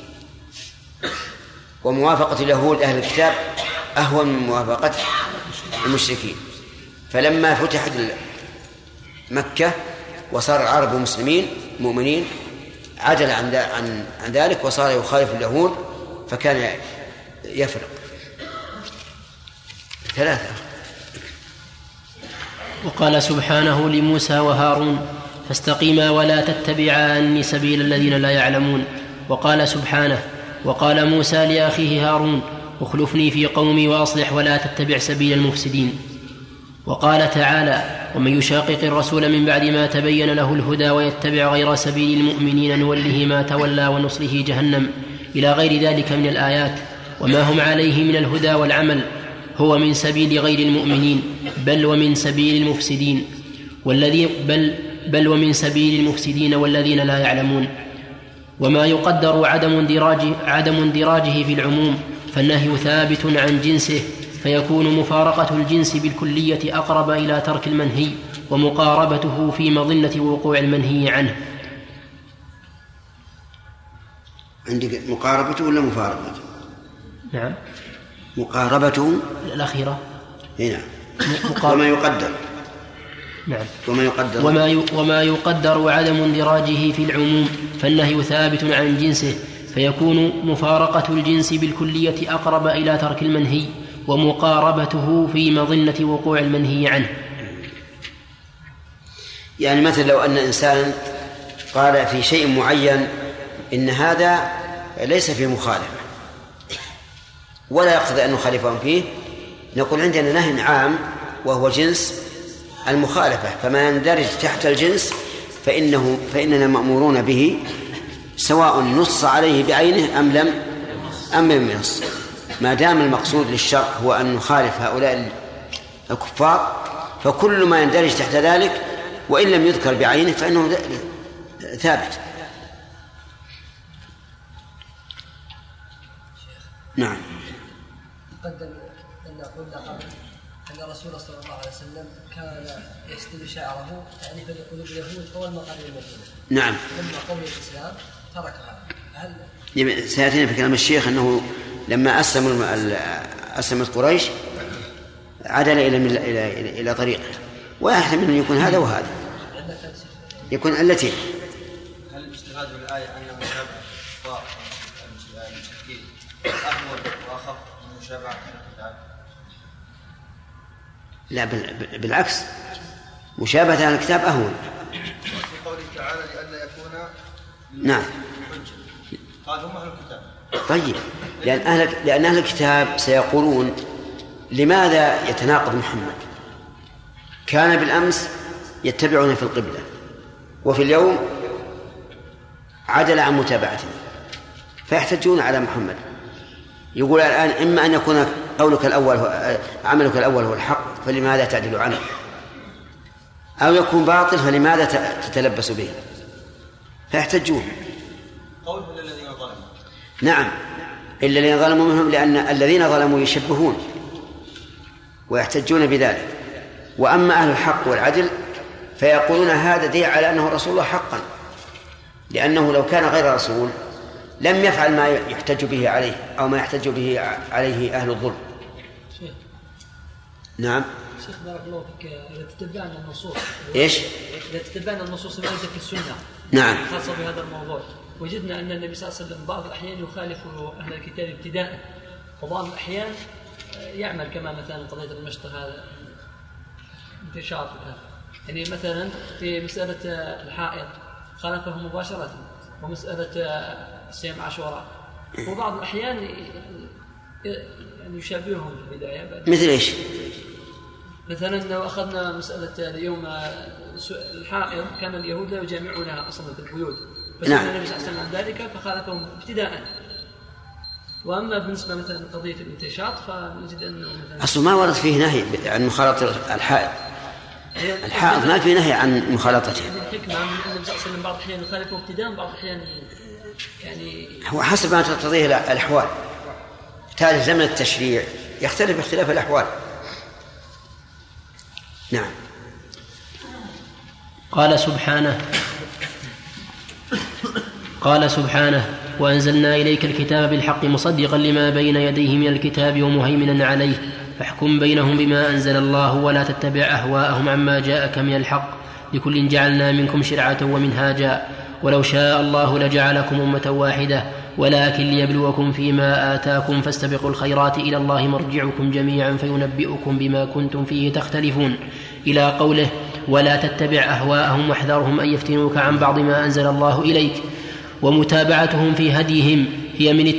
Speaker 1: وموافقة اليهود أهل الكتاب أهون من موافقة المشركين. فلما فتحت مكة وصار العرب مسلمين مؤمنين عدل عن ذلك وصار يخالف اليهود، فكان يفرق. 3.
Speaker 6: وقال سبحانه لموسى وهارون فاستقيما ولا تتبعان سبيل الذين لا يعلمون. وقال سبحانه وقال موسى لأخيه هارون اخلفني في قومي وأصلح ولا تتبع سبيل المفسدين. وقال تعالى ومن يشاقق الرسول من بعد ما تبين له الهدى ويتبع غير سبيل المؤمنين نوله ما تولى ونصله جهنم، إلى غير ذلك من الآيات. وما هم عليه من الهدى والعمل هو من سبيل غير المؤمنين بل ومن سبيل المفسدين بل ومن سبيل المفسدين والذين لا يعلمون. وما يقدر عدم اندراجه في العموم فالنهي ثابت عن جنسه، فيكون مفارقة الجنس بالكلية أقرب إلى ترك المنهي ومقاربته في مظنة وقوع المنهي عنه.
Speaker 1: عندك مقاربته ولا مفارقته؟
Speaker 6: نعم،
Speaker 1: مقاربته
Speaker 6: الأخيرة.
Speaker 1: هنا وما يقدر.
Speaker 6: نعم. وما يقدر عدم اندراجه في العموم فالنهي ثابت عن جنسه، فيكون مفارقة الجنس بالكلية أقرب إلى ترك المنهي ومقاربته في مظنة وقوع المنهي عنه.
Speaker 1: يعني مثل لو أن إنسان قال في شيء معين إن هذا ليس في مخالفة ولا يقصد أن نخالفهم فيه، نقول عندنا نهي عام وهو جنس المخالفة، فما يندرج تحت الجنس فإننا مأمورون به سواء نص عليه بعينه أم لم ينص، ما دام المقصود للشرع هو أن نخالف هؤلاء الكفار، فكل ما يندرج تحت ذلك وإن لم يذكر بعينه فإنه ثابت. نعم.
Speaker 10: قدم أن قلنا قبل أن الرسول صلى الله عليه وسلم كان يسدل شعره يعني في قلوب اليهود أول ما قدم المدينة.
Speaker 1: نعم.
Speaker 10: لما قوم الإسلام تركها.
Speaker 1: سيأتينا في كلام الشيخ أنه لما أسلموا أسلمت قريش عدل إلى طريقه، ويحتمل أن يكون هذا وهذا، يكون علتين.
Speaker 3: هل الاستفادة من الآية أن مشابهة المشركين أهون وأخف من مشابهة الكتاب؟
Speaker 1: لا، بالعكس، مشابهة أهل الكتاب أهون.
Speaker 3: في قوله تعالى لئلا يكون
Speaker 1: نعم
Speaker 3: حجة، قال هم أهل الكتاب.
Speaker 1: طيب، لأن أهل الكتاب سيقولون لماذا يتناقض محمد؟ كان بالأمس يتبعون في القبلة، وفي اليوم عدل عن متابعته، فيحتجون على محمد. يقول الآن إما أن يكون قولك الأول عملك الأول هو الحق فلماذا تعدل عنه، أو يكون باطل فلماذا تتلبس به، فيحتجون.
Speaker 3: قول إلا الذين ظلموا.
Speaker 1: نعم، إلا الذين ظلموا منهم، لأن الذين ظلموا يشبهون ويحتجون بذلك. وأما أهل الحق والعدل فيقولون هذا دليل على أنه رسول الله حقا، لأنه لو كان غير رسول لم يفعل ما يحتج به عليه أو ما يحتج به عليه أهل الظلم.
Speaker 4: شيخ.
Speaker 1: نعم
Speaker 4: شيخ بارك الله فيك، إذا تتبعنا النصوص
Speaker 1: إيش؟
Speaker 4: إذا تتبعنا النصوص الواردة في السنة
Speaker 1: نعم
Speaker 4: خاصة بهذا الموضوع، وجدنا أن النبي صلى الله عليه وسلم بعض الأحيان يخالف أهل الكتاب ابتداء، وبعض الأحيان يعمل كما مثلا قضية المشط هذا انتشار هذا، يعني مثلا في مسألة الحائض خالفه مباشرة، ومسألة صيام عاشوراء، وبعض الأحيان يعني يشابههم في البداية.
Speaker 1: مثل إيش؟
Speaker 4: مثلا لو أخذنا مسألة اليوم الحائض، كان اليهود لا يجامعونها أصلا في البيوت، بس
Speaker 1: نعم.
Speaker 4: النبي صلى الله عليه وسلم عن ذلك فخالفهم ابتداء. وأما بالنسبة مثلا لقضية الانتشاط فنجد أنه مثلا
Speaker 1: أصلا ما ورد فيه نهي عن مخالطة الحائض. الحائض ما فيه نهي عن مخالطته.
Speaker 4: الحكمة من أن النبي صلى الله عليه وسلم بعض الأحيان يخالفه ابتداء، بعض الأحيان يعني
Speaker 1: هو حسب ما تقتضيه الأحوال. تعرف زمن التشريع يختلف باختلاف الأحوال. نعم.
Speaker 6: قال سبحانه وأنزلنا إليك الكتاب بالحق مصدقا لما بين يديه من الكتاب ومهيمنا عليه فاحكم بينهم بما أنزل الله ولا تتبع أهواءهم عما جاءك من الحق لكل جعلنا منكم شرعة ومنهاجا ولو شاء الله لجعلكم أمة واحدة ولكن ليبلوكم فيما آتاكم فاستبقوا الخيرات إلى الله مرجعكم جميعا فينبئكم بما كنتم فيه تختلفون إلى قوله ولا تتبع أهواءهم واحذرهم أن يفتنوك عن بعض ما أنزل الله إليك. ومتابعتهم في هديهم هي من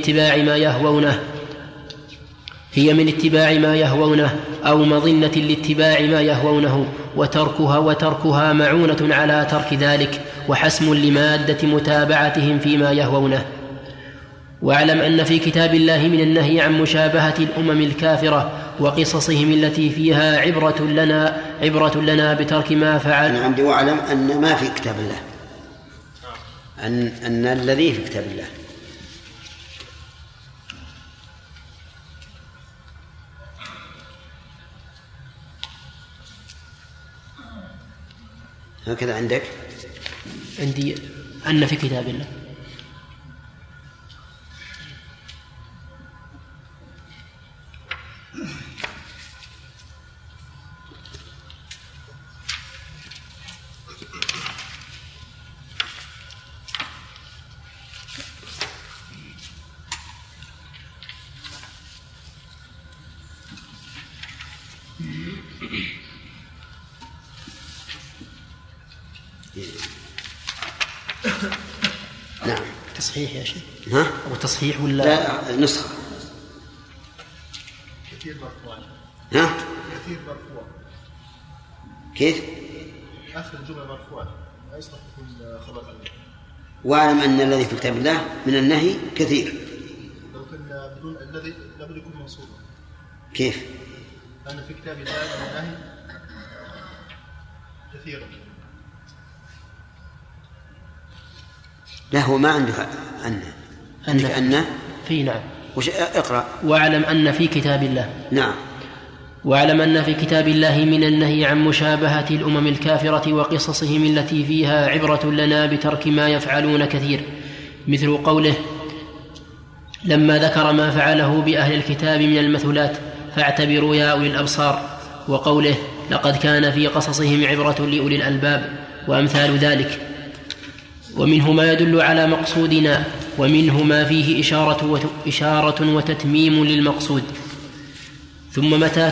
Speaker 6: اتباع ما يهوونه أو مظنة لاتباع ما يهوونه، وتركها معونة على ترك ذلك وحسم لمادة متابعتهم فيما يهوونه. واعلم أن في كتاب الله من النهي عن مشابهة الأمم الكافرة وقصصهم التي فيها عبرة لنا بترك ما فعل.
Speaker 1: أنا عندي واعلم أن ما في كتاب الله، أن الذي في كتاب الله. هكذا عندك؟
Speaker 6: عندي أن في كتاب الله.
Speaker 1: نعم.
Speaker 6: تصحيح يا شيخ؟
Speaker 1: ها؟
Speaker 6: أو تصحيح ولا؟
Speaker 1: لا، نسخة.
Speaker 11: كثير مرفوع.
Speaker 1: ها؟
Speaker 11: كثير مرفوع.
Speaker 1: كيف؟
Speaker 11: آخر الجملة مرفوعة، لا يصلح يكون خبر عنه.
Speaker 1: واعلم أن الذي في كتاب الله من النهي كثير.
Speaker 11: لو كان بدون الذي لابد يكون منصوبا.
Speaker 1: كيف؟
Speaker 11: أن في كتاب الله من النهي كثيرا.
Speaker 1: لا، هو ما عنده عندك أن
Speaker 6: في. نعم.
Speaker 1: اقرأ.
Speaker 6: واعلم أن في كتاب الله.
Speaker 1: نعم.
Speaker 6: واعلم أن في كتاب الله من النهي عن مشابهة الأمم الكافرة وقصصهم التي فيها عبرة لنا بترك ما يفعلون كثير، مثل قوله لما ذكر ما فعله بأهل الكتاب من المثلات فاعتبروا يا أولي الأبصار، وقوله لقد كان في قصصهم عبرة لأولي الألباب وأمثال ذلك. ومنه ما يدل على مقصودنا، ومنه ما فيه إشارة وتتميم للمقصود. ثم متى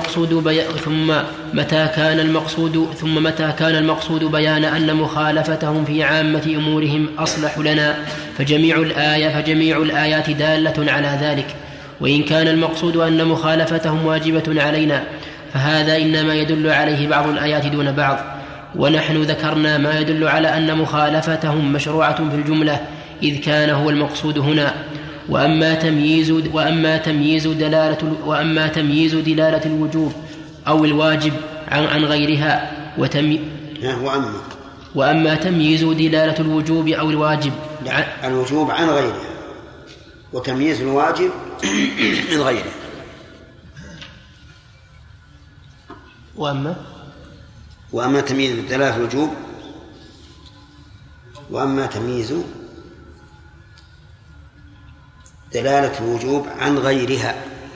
Speaker 6: كان المقصود بيان أن مخالفتهم في عامة أمورهم أصلح لنا، فجميع الآيات دالة على ذلك. وإن كان المقصود أن مخالفتهم واجبة علينا، فهذا إنما يدل عليه بعض الآيات دون بعض، ونحن ذكرنا ما يدل على أن مخالفتهم مشروعة في الجملة، إذ كان هو المقصود هنا. وأما تمييز دلالة الوجوب أو الواجب عن غيرها وأما تمييز دلالة الوجوب أو الواجب
Speaker 1: الوجوب عن غيرها، وتمييز الواجب من غيره. وأما تمييز دلالة الوجوب، وأما تمييز دلالة الوجوب عن غيرها،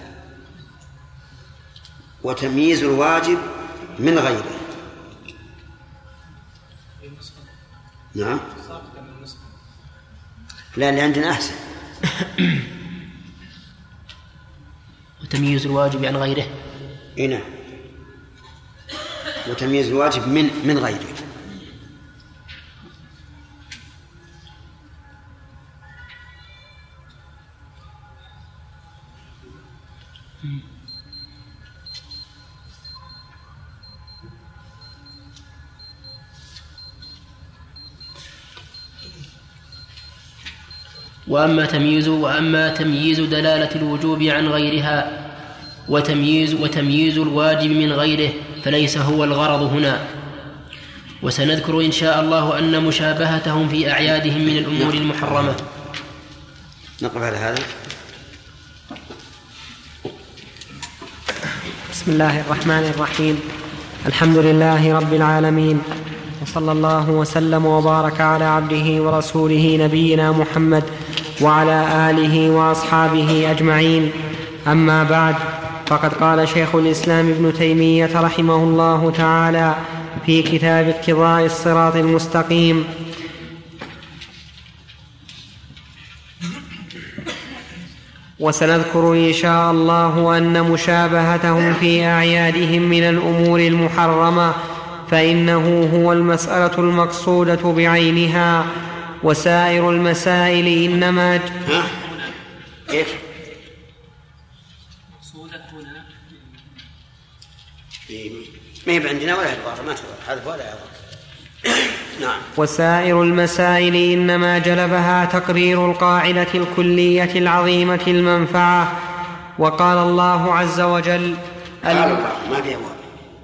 Speaker 1: وتمييز الواجب من غيره. نعم، لا اللي عندنا أحسن.
Speaker 6: وتمييز الواجب عن غيره.
Speaker 1: نعم، وتمييز الواجب من غيره.
Speaker 6: وأما تمييز دلالة الوجوب عن غيرها وتمييز الواجب من غيره فليس هو الغرض هنا. وسنذكر إن شاء الله أن مشابهتهم في أعيادهم من الأمور المحرمة.
Speaker 1: نقف على هذا.
Speaker 2: بسم الله الرحمن الرحيم. الحمد لله رب العالمين، وصلى الله وسلم وبارك على عبده ورسوله نبينا محمد وعلى آله وأصحابه أجمعين. أما بعد، فقد قال شيخ الإسلام ابن تيمية رحمه الله تعالى في كتاب اقتضاء الصراط المستقيم: وسنذكر إن شاء الله أن مشابهتهم في أعيادهم من الأمور المحرمة فإنه هو المسألة المقصودة بعينها، وسائر المسائل إنما
Speaker 1: كيف؟ ما هي عندنا ولا عبارة، ما حذف ولا عبارة. نعم.
Speaker 2: وسائر المسائل إنما جلبها تقرير القاعدة الكلية العظيمة المنفعة. وقال الله عز وجل
Speaker 1: ما في أبواب.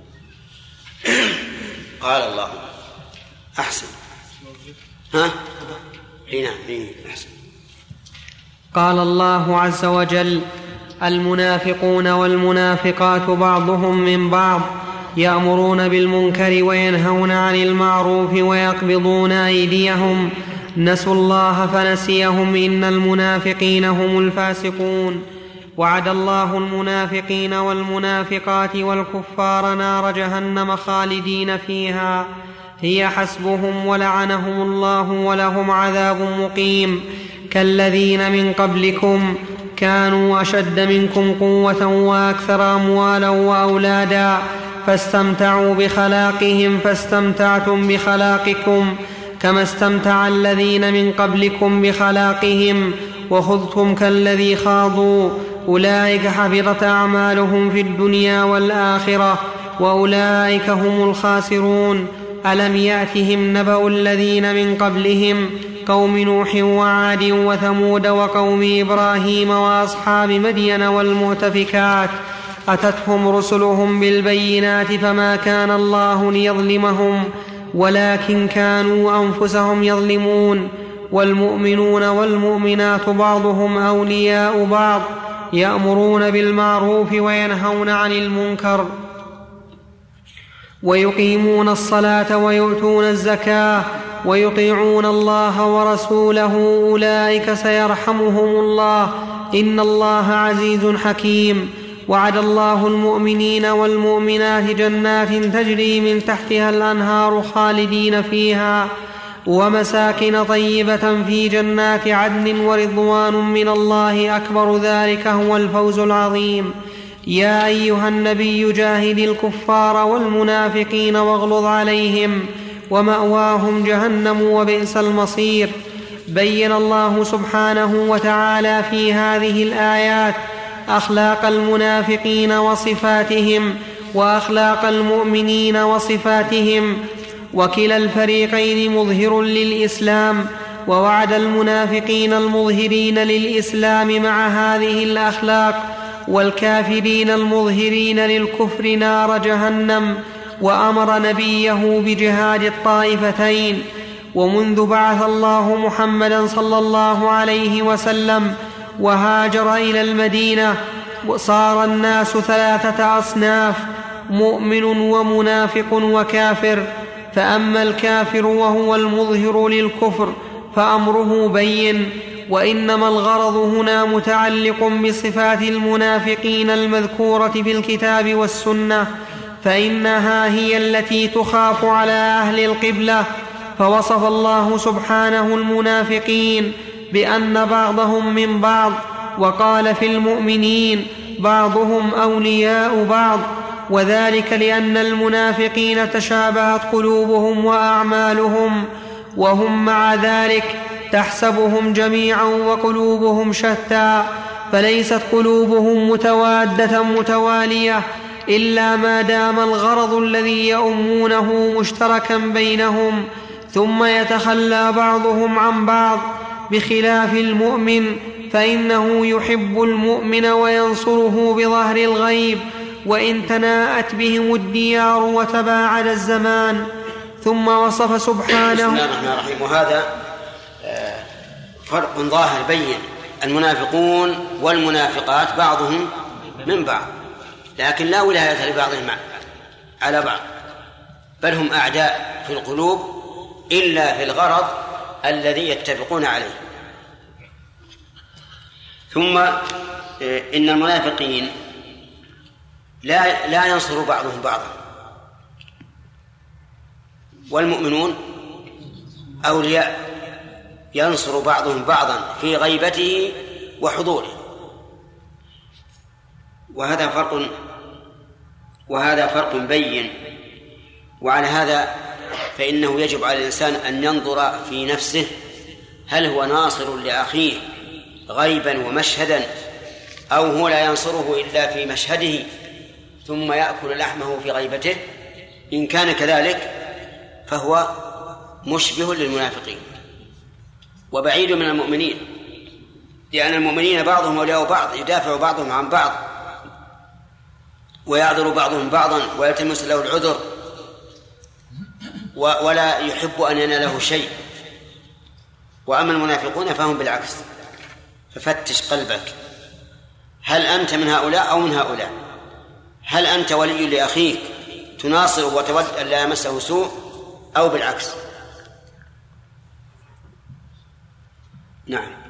Speaker 1: قال الله أحسن. نعم أحسن.
Speaker 2: قال الله عز وجل: المنافقون والمنافقات بعضهم من بعض يأمرون بالمنكر وينهون عن المعروف ويقبضون أيديهم نسوا الله فنسيهم إن المنافقين هم الفاسقون. وعد الله المنافقين والمنافقات والكفار نار جهنم خالدين فيها هي حسبهم ولعنهم الله ولهم عذاب مقيم. كالذين من قبلكم كانوا أشد منكم قوة وأكثر أموالا وأولادا فاستمتعوا بخلاقهم فاستمتعتم بخلاقكم كما استمتع الذين من قبلكم بخلاقهم وخذتم كالذي خاضوا أولئك حبطت أعمالهم في الدنيا والآخرة وأولئك هم الخاسرون. ألم يأتهم نبأ الذين من قبلهم قوم نوح وعاد وثمود وقوم إبراهيم وأصحاب مدين والمؤتفكات أتتهم رسلهم بالبينات فما كان الله ليظلمهم ولكن كانوا أنفسهم يظلمون. والمؤمنون والمؤمنات بعضهم أولياء بعض يأمرون بالمعروف وينهون عن المنكر ويقيمون الصلاة ويؤتون الزكاة ويطيعون الله ورسوله أولئك سيرحمهم الله إن الله عزيز حكيم. وعد الله المؤمنين والمؤمنات جنات تجري من تحتها الأنهار خالدين فيها ومساكن طيبة في جنات عدن ورضوان من الله أكبر ذلك هو الفوز العظيم. يا أيها النبي جاهد الكفار والمنافقين واغلظ عليهم ومأواهم جهنم وبئس المصير. بين الله سبحانه وتعالى في هذه الآيات أخلاق المنافقين وصفاتهم وأخلاق المؤمنين وصفاتهم، وكلا الفريقين مظهر للإسلام، ووعد المنافقين المظهرين للإسلام مع هذه الأخلاق والكافرين المظهرين للكفر نار جهنم، وأمر نبيه بجهاد الطائفتين. ومنذ بعث الله محمدا صلى الله عليه وسلم وهاجر إلى المدينة صار الناس 3 أصناف: مؤمن ومنافق وكافر. فأما الكافر وهو المظهر للكفر فأمره بين، وإنما الغرض هنا متعلق بصفات المنافقين المذكورة في الكتاب والسنة، فإنها هي التي تخاف على أهل القبلة. فوصف الله سبحانه المنافقين بأن بعضهم من بعض، وقال في المؤمنين بعضهم أولياء بعض، وذلك لأن المنافقين تشابهت قلوبهم وأعمالهم، وهم مع ذلك تحسبهم جميعا وقلوبهم شتى، فليست قلوبهم متوادة متوالية إلا ما دام الغرض الذي يؤمونه مشتركا بينهم، ثم يتخلى بعضهم عن بعض، بخلاف المؤمن فإنه يحب المؤمن وينصره بظهر الغيب وإن تناءت بهم الديار وتباعد الزمان. ثم وصف سبحانه.
Speaker 1: بسم الله الرحمن الرحيم. وهذا فرق ظاهر بين: المنافقون والمنافقات بعضهم من بعض، لكن لا ولاية لبعضهم على بعض، بل هم أعداء في القلوب إلا في الغرض الذي يتفقون عليه. ثم إن المنافقين لا ينصر بعضهم بعضا، والمؤمنون أولياء ينصر بعضهم بعضا في غيبته وحضوره. وهذا فرق بين. وعلى هذا فإنه يجب على الإنسان أن ينظر في نفسه هل هو ناصر لأخيه غيبا ومشهدا، أو هو لا ينصره إلا في مشهده ثم يأكل لحمه في غيبته. إن كان كذلك فهو مشبه للمنافقين وبعيد من المؤمنين، لأن المؤمنين بعضهم أولياء بعض، يدافع بعضهم عن بعض ويعذر بعضهم بعضا ويلتمس له العذر ولا يحب أن يناله شيء. وأما المنافقون فهم بالعكس. ففتش قلبك، هل أنت من هؤلاء أو من هؤلاء؟ هل أنت ولي لأخيك تناصر وتود أن لا يمسه سوء، أو بالعكس؟ نعم.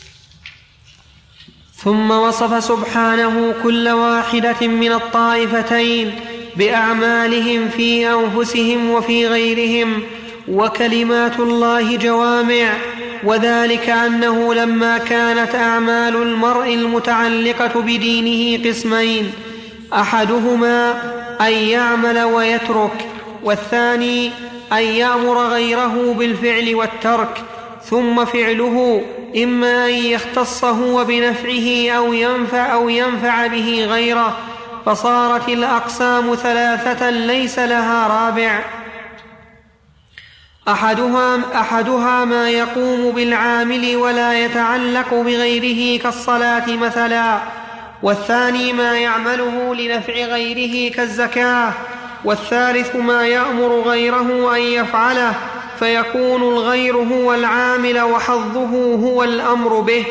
Speaker 2: ثم وصف سبحانه كل واحدة من الطائفتين بأعمالهم في أنفسهم وفي غيرهم، وكلمات الله جوامع، وذلك أنه لما كانت أعمال المرء المتعلقة بدينه قسمين: أحدهما أن يعمل ويترك، والثاني أن يأمر غيره بالفعل والترك، ثم فعله إما أن يختص هو بنفعه أو ينفع به غيره، فصارت الأقسام 3 ليس لها رابع. أحدها ما يقوم بالعامل ولا يتعلق بغيره كالصلاة مثلا، والثاني ما يعمله لنفع غيره كالزكاة، والثالث ما يأمر غيره أن يفعله فيكون الغير هو العامل وحظه هو الأمر به.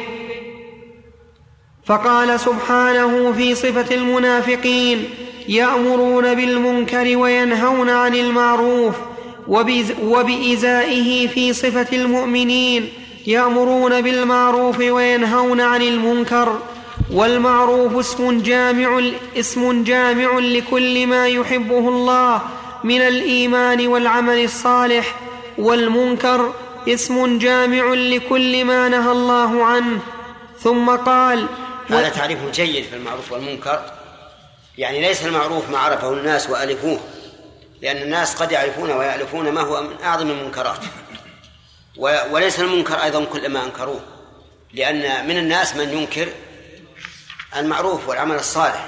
Speaker 2: فقال سبحانه في صفة المنافقين: يأمرون بالمنكر وينهون عن المعروف وبإزائه في صفة المؤمنين يأمرون بالمعروف وينهون عن المنكر. والمعروف اسم جامع لكل ما يحبه الله من الإيمان والعمل الصالح، والمنكر اسم جامع لكل ما نهى الله عنه. ثم قال:
Speaker 1: هذا تعريف جيد في المعروف والمنكر، يعني ليس المعروف ما عرفه الناس وألفوه، لأن الناس قد يعرفون ويألفون ما هو من أعظم المنكرات، وليس المنكر أيضا كل ما أنكروه، لأن من الناس من ينكر المعروف والعمل الصالح.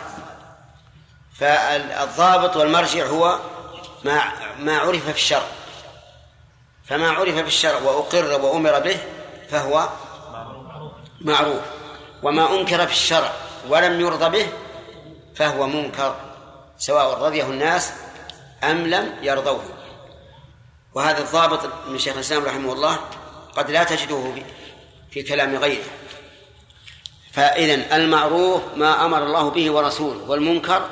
Speaker 1: فالضابط والمرجع هو ما عرف في الشرع، فما عرف في الشرع وأقر وأمر به فهو معروف، وما أنكر في الشرع ولم يرضى به فهو منكر، سواء رضيه الناس أم لم يرضوه. وهذا الضابط من شيخ الإسلام رحمه الله قد لا تجده في كلام غيره. فإذن المعروف ما أمر الله به ورسوله، والمنكر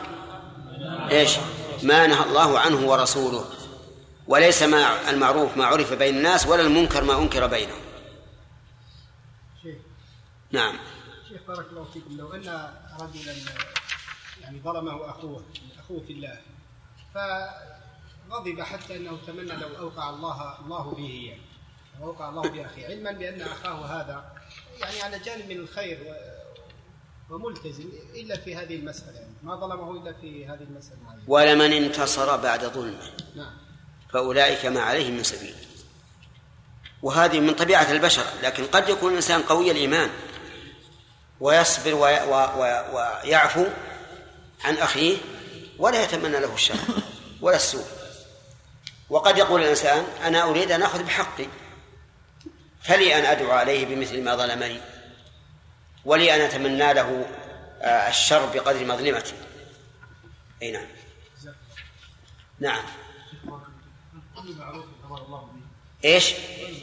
Speaker 1: ما نهى الله عنه ورسوله، وليس ما المعروف ما عرف بين الناس، ولا المنكر ما أنكر بينهم.
Speaker 5: نعم. شيخ بارك الله فيكم، لو أن رجلا يعني ظلمه أخوه في الله، فغضب حتى أنه تمنى لو أوقع الله به، يعني أوقع الله بأخيه، علما بأن أخاه هذا يعني على جانب من الخير وملتزم إلا في هذه المسألة، يعني ما ظلمه إلا في هذه المسألة.
Speaker 1: ولمن انتصر بعد ظلمه فأولئك ما عليهم من سبيل. وهذه من طبيعة البشر، لكن قد يكون الإنسان قوي الإيمان ويصبر ويعفو عن أخيه ولا يتمنى له الشر ولا السوء. وقد يقول الإنسان: أنا أريد أن أخذ بحقي، فلي أن أدعو عليه بمثل ما ظلمني، ولي أن أتمنى له الشر بقدر مظلمتي. أي نعم. نعم. إيش؟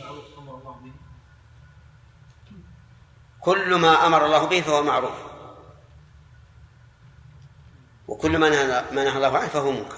Speaker 1: كل ما أمر الله به فهو معروف، وكل ما نهى الله عنه فهو منكر.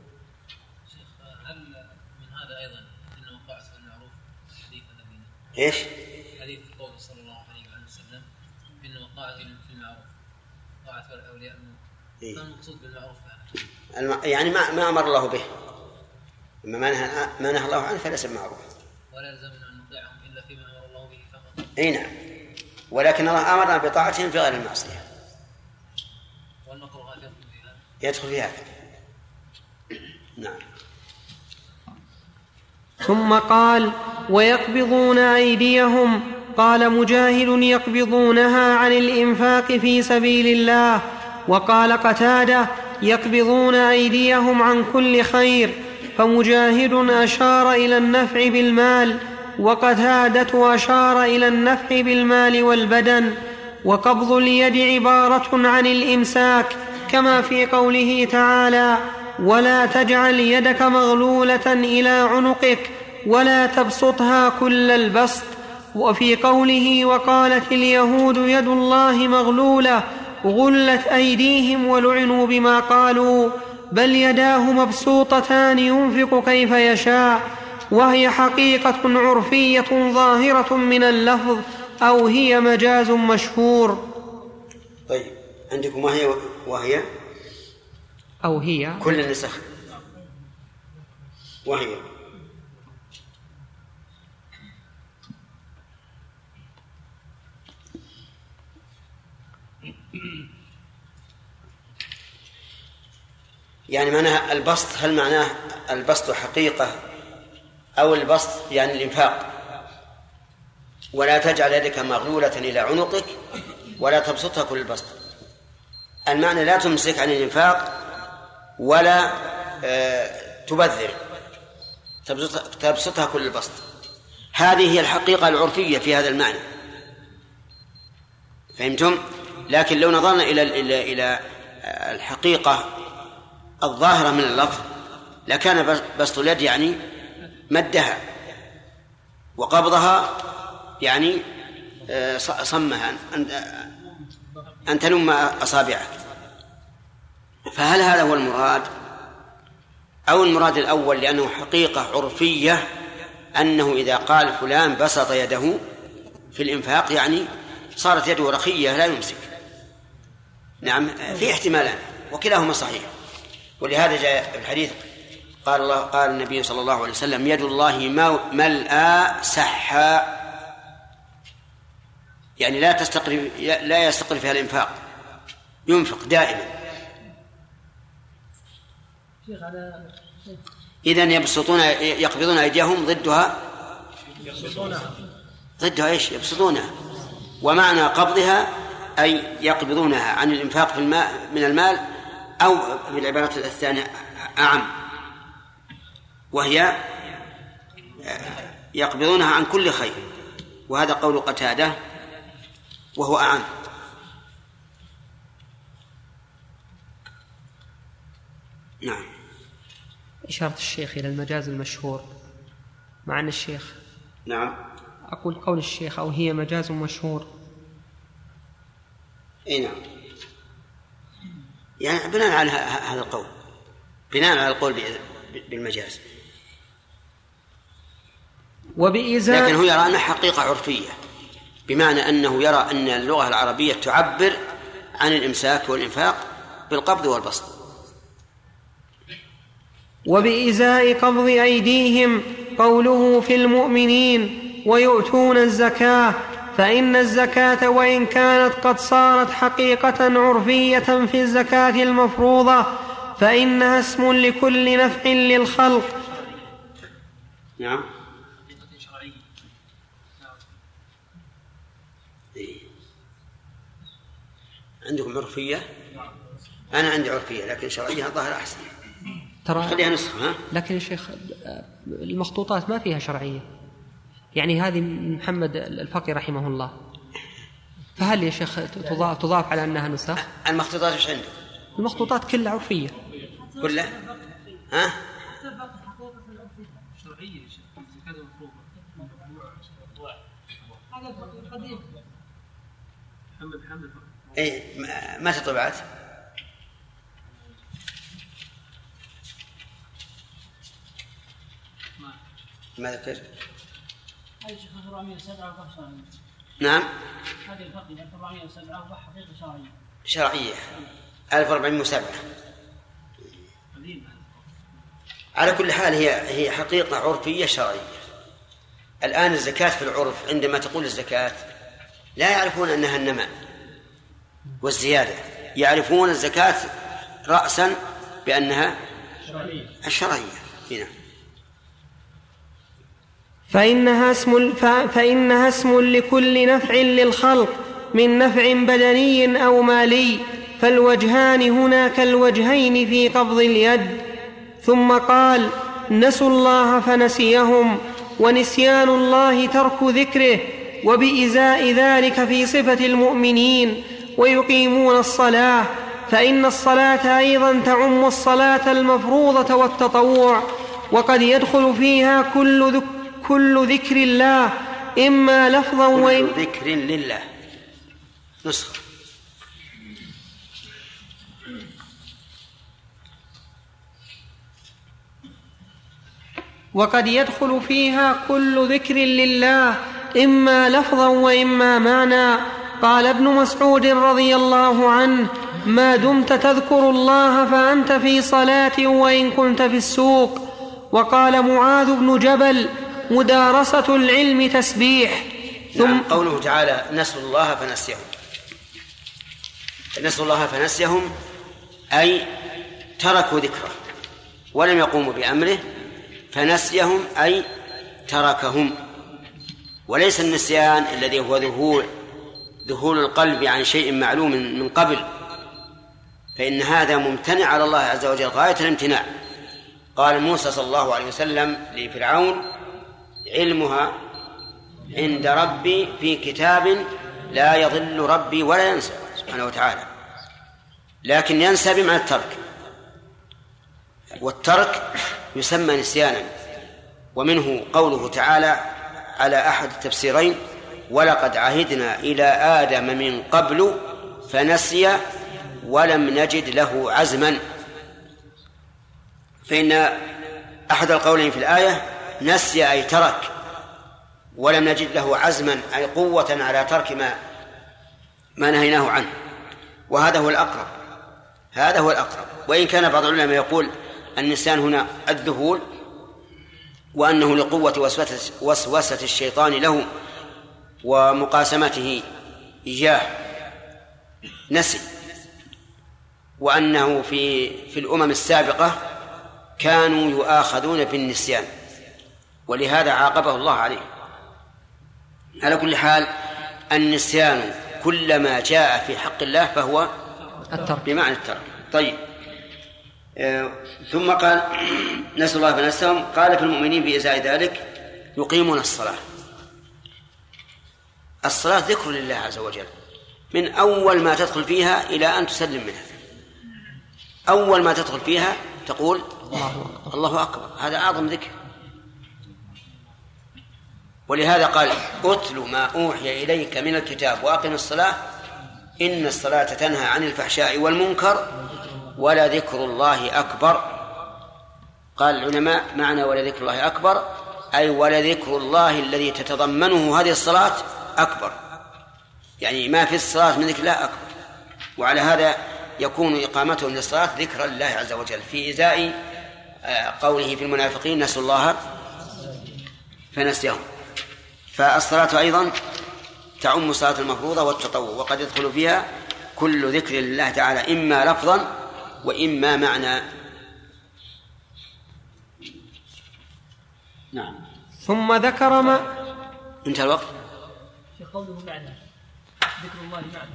Speaker 8: هل من هذا أيضا أنه وقع في المعروف حديث النبي؟
Speaker 1: إيش؟
Speaker 8: حديث قول صلى الله عليه وسلم: إنه وقع في المعروف وقع في الأولياء. ما المقصود بالمعروف
Speaker 1: يعني ما أمر الله به، أما ما نهى الله عنه فليس معروف.
Speaker 8: ولا يلزمنا أن نطيعهم إلا فيما أمر الله به فقط.
Speaker 1: أي نعم، ولكن الله أمرنا بطاعتهم في غير المعصية.
Speaker 8: والمكروهات
Speaker 1: يدخل في هذا. نعم.
Speaker 2: ثم قال: ويقبضون أيديهم. قال مجاهد: يقبضونها عن الإنفاق في سبيل الله. وقال قتادة: يقبضون أيديهم عن كل خير. فمجاهد أشار إلى النفع بالمال، وقتادة أشار إلى النفع بالمال والبدن. وقبض اليد عبارة عن الإمساك، كما في قوله تعالى: ولا تجعل يدك مغلولة إلى عنقك ولا تبسطها كل البسط. وفي قوله: وقالت اليهود يد الله مغلولة غلت أيديهم ولعنوا بما قالوا، بل يداه مبسوطتان ينفق كيف يشاء. وهي حقيقة عرفية ظاهرة من اللفظ، أو هي مجاز مشهور.
Speaker 1: طيب، عندكم وهي
Speaker 2: أو هي
Speaker 1: كل النسخ وهي. يعني معناها البسط، هل معناه البسط حقيقة أو البسط يعني الإنفاق؟ ولا تجعل يدك مغلولة إلى عنقك ولا تبسطها كل البسط. المعنى لا تمسك عن الإنفاق ولا تبذر، تبسطها كل البسط. هذه هي الحقيقة العرفية في هذا المعنى، فهمتم؟ لكن لو نظرنا إلى الحقيقة الظاهرة من اللفظ لكان بسط اليد يعني مدها، وقبضها يعني صمها، أن تلم أصابعك. فهل هذا هو المراد أو المراد الأول لأنه حقيقة عرفية أنه إذا قال فلان بسط يده في الإنفاق يعني صارت يده رخية لا يمسك. نعم في احتمالان وكلاهما صحيح. ولهذا جاء في الحديث قال النبي صلى الله عليه وسلم يد الله ملأى سحا، يعني لا يستقل فيها الإنفاق، ينفق دائما. إذن يقبضون أيديهم ضدها إيش؟ يبسطونها. ومعنى قبضها أي يقبضونها عن الإنفاق في من المال، أو بالعبارة الثانية أعم، وهي يقبضونها عن كل خير، وهذا قول قتادة وهو أعم. نعم.
Speaker 2: إشارة الشيخ إلى المجاز المشهور مع أن الشيخ
Speaker 1: نعم
Speaker 2: أقول قول الشيخ أو هي مجاز مشهور.
Speaker 1: إيه نعم، يعني بناء على هذا القول، بناء على القول بالمجاز، لكن هو يرى أنها حقيقة عرفية، بمعنى أنه يرى أن اللغة العربية تعبر عن الإمساك والإنفاق بالقبض والبسط.
Speaker 2: وبإزاء قبض أيديهم قوله في المؤمنين ويؤتون الزكاة، فإن الزكاة وإن كانت قد صارت حقيقة عرفية في الزكاة المفروضة فإنها اسم لكل نفع للخلق.
Speaker 1: نعم. عندكم عرفية؟ أنا عندي عرفية لكن شرعية الظاهر أحسن. خليها نسخة.
Speaker 2: لكن يا شيخ المخطوطات ما فيها شرعية، يعني هذه محمد الفقي رحمه الله، فهل يا شيخ تضاف على أنها نسخ؟
Speaker 1: المخطوطات إيش عندك؟
Speaker 2: المخطوطات كلها عرفية.
Speaker 1: كلها؟ ها؟
Speaker 8: شرعية زكاة مفروضة.
Speaker 4: هذا قديم.
Speaker 8: محمد
Speaker 1: إيه متى طبعت؟ ما ذكر؟
Speaker 4: هذه 1407
Speaker 1: نعم.
Speaker 4: هذه الفقه 1407 وحقيقة شرعية.
Speaker 1: شرعية 1407. على كل حال هي حقيقة عرفية شرعية. الآن الزكاة في العرف عندما تقول الزكاة لا يعرفون أنها النماء والزيادة، يعرفون الزكاة رأسا بأنها الشرعية. هنا
Speaker 2: فإنها اسم لكل نفع للخلق من نفع بدني أو مالي، فالوجهان هنا كالوجهين في قبض اليد. ثم قال نسوا الله فنسيهم، ونسيان الله ترك ذكره، وبإزاء ذلك في صفة المؤمنين ويقيمون الصلاة، فإن الصلاة أيضا تعم الصلاة المفروضة والتطوع، وقد يدخل فيها كل ذكر الله إما لفظا وإن
Speaker 1: ذكر لله نسخة.
Speaker 2: وقد يدخل فيها كل ذكر لله إما لفظا وإما معنى. قال ابن مسعود رضي الله عنه ما دمت تذكر الله فأنت في صلاة وإن كنت في السوق. وقال معاذ بن جبل مدارسة العلم تسبيح.
Speaker 1: نعم. قوله تعالى نسوا الله فنسيهم، نسوا الله فنسيهم أي تركوا ذكره ولم يقوموا بأمره، فنسيهم أي تركهم. وليس النسيان الذي هو ذهول القلب عن شيء معلوم من قبل، فإن هذا ممتنع على الله عز وجل غاية الامتناع. قال موسى صلى الله عليه وسلم لفرعون علمها عند ربي في كتاب لا يضل ربي ولا ينسى سبحانه وتعالى، لكن ينسى بمعنى الترك، والترك يسمى نسيانا. ومنه قوله تعالى على أحد التفسيرين ولقد عهدنا إلى آدم من قبل فنسي ولم نجد له عزما. فإن أحد القولين في الآية نسي أي ترك، ولم نجد له عزما أي قوة على ترك ما نهيناه عنه، وهذا هو الأقرب. هذا هو الأقرب. وإن كان بعض العلماء يقول النسيان هنا الذهول، وأنه لقوة وسوسة الشيطان له ومقاسمته إياه نسي، وأنه في الأمم السابقة كانوا يؤاخذون بالنسيان، ولهذا عاقبه الله عليه. على كل حال النسيان كلما جاء في حق الله فهو بمعنى الترك. طيب، ثم قال نسأل الله فنسهم. قال في المؤمنين بإزاء ذلك يقيمون الصلاة. الصلاة ذكر لله عز وجل من أول ما تدخل فيها إلى أن تسلم منها. أول ما تدخل فيها تقول الله أكبر، هذا أعظم ذكر. ولهذا قال أتل ما أوحي إليك من الكتاب وأقم الصلاة إن الصلاة تنهى عن الفحشاء والمنكر ولذكر الله أكبر. قال العلماء معنى ولذكر الله أكبر أي ولذكر الله الذي تتضمنه هذه الصلاة أكبر، يعني ما في الصلاة من ذكر الله أكبر. وعلى هذا يكون إقامتهم للصلاة ذكرا لله عز وجل، في إزاء قوله في المنافقين نسوا الله فنسيهم. فالصلاة أيضا تعم الصلاة المفروضة والتطوع، وقد يدخل فيها كل ذكر لله تعالى إما لفظا وإما معنى. نعم.
Speaker 2: ثم ذكر ما
Speaker 1: انتهى الوقت.
Speaker 4: في قوله معنى ذكر الله معنى.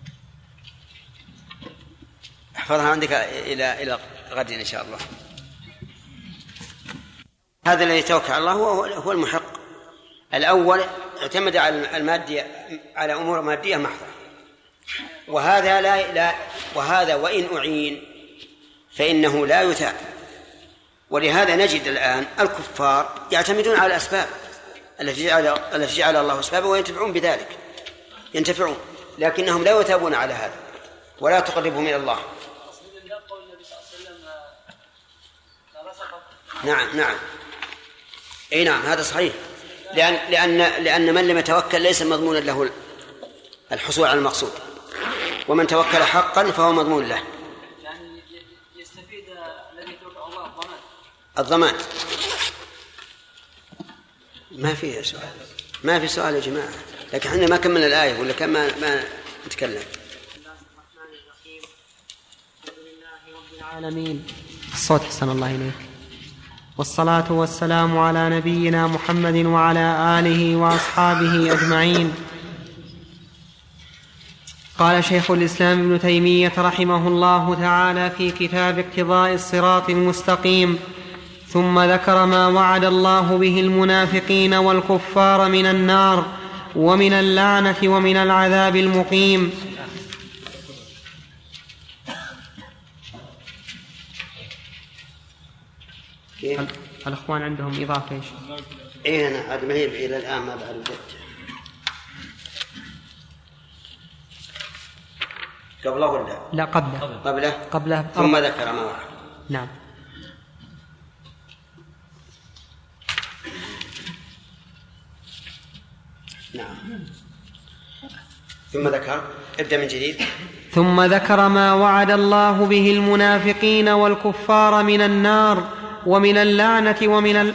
Speaker 1: احفظها عندك إلى غد إن شاء الله. هذا الذي توكل على الله هو المحق. الأول اعتمد على المادية، على أمور مادية محضة، وهذا لا وهذا وإن أعين فإنه لا يتاب. ولهذا نجد الآن الكفار يعتمدون على الأسباب التي جعل الله أسبابا وينتفعون بذلك، ينتفعون، لكنهم لا يتابون على هذا ولا تقربهم إلى الله. نعم أي نعم، هذا صحيح، لأن من لم يتوكل ليس مضمونا له الحصول على المقصود، ومن توكل حقا فهو مضمون له.
Speaker 4: يعني يستفيد الذي توكل الله
Speaker 1: الضمان. ما في سؤال، ما في سؤال يا جماعة، لكن احنا ما كملنا الآية ولا كم ما نتكلم.
Speaker 2: العالمين. الصوت حسن الله إليك. والصلاة والسلام على نبينا محمد وعلى آله وأصحابه أجمعين. قال شيخ الإسلام ابن تيمية رحمه الله تعالى في كتاب اقتضاء الصراط المستقيم: ثم ذكر ما وعد الله به المنافقين والكفار من النار ومن اللعنة ومن العذاب المقيم. الأخوان عندهم إضافة إيش؟
Speaker 1: إيه أنا عاد ما هي إلى الآن ما بعد وجدت قبله ولا
Speaker 2: لا قبله
Speaker 1: ثم ذكر ما وعد.
Speaker 2: نعم.
Speaker 1: ثم ذكر، ابدأ من جديد.
Speaker 2: ثم ذكر ما وعد الله به المنافقين والكفار من النار ومن اللعنة ومن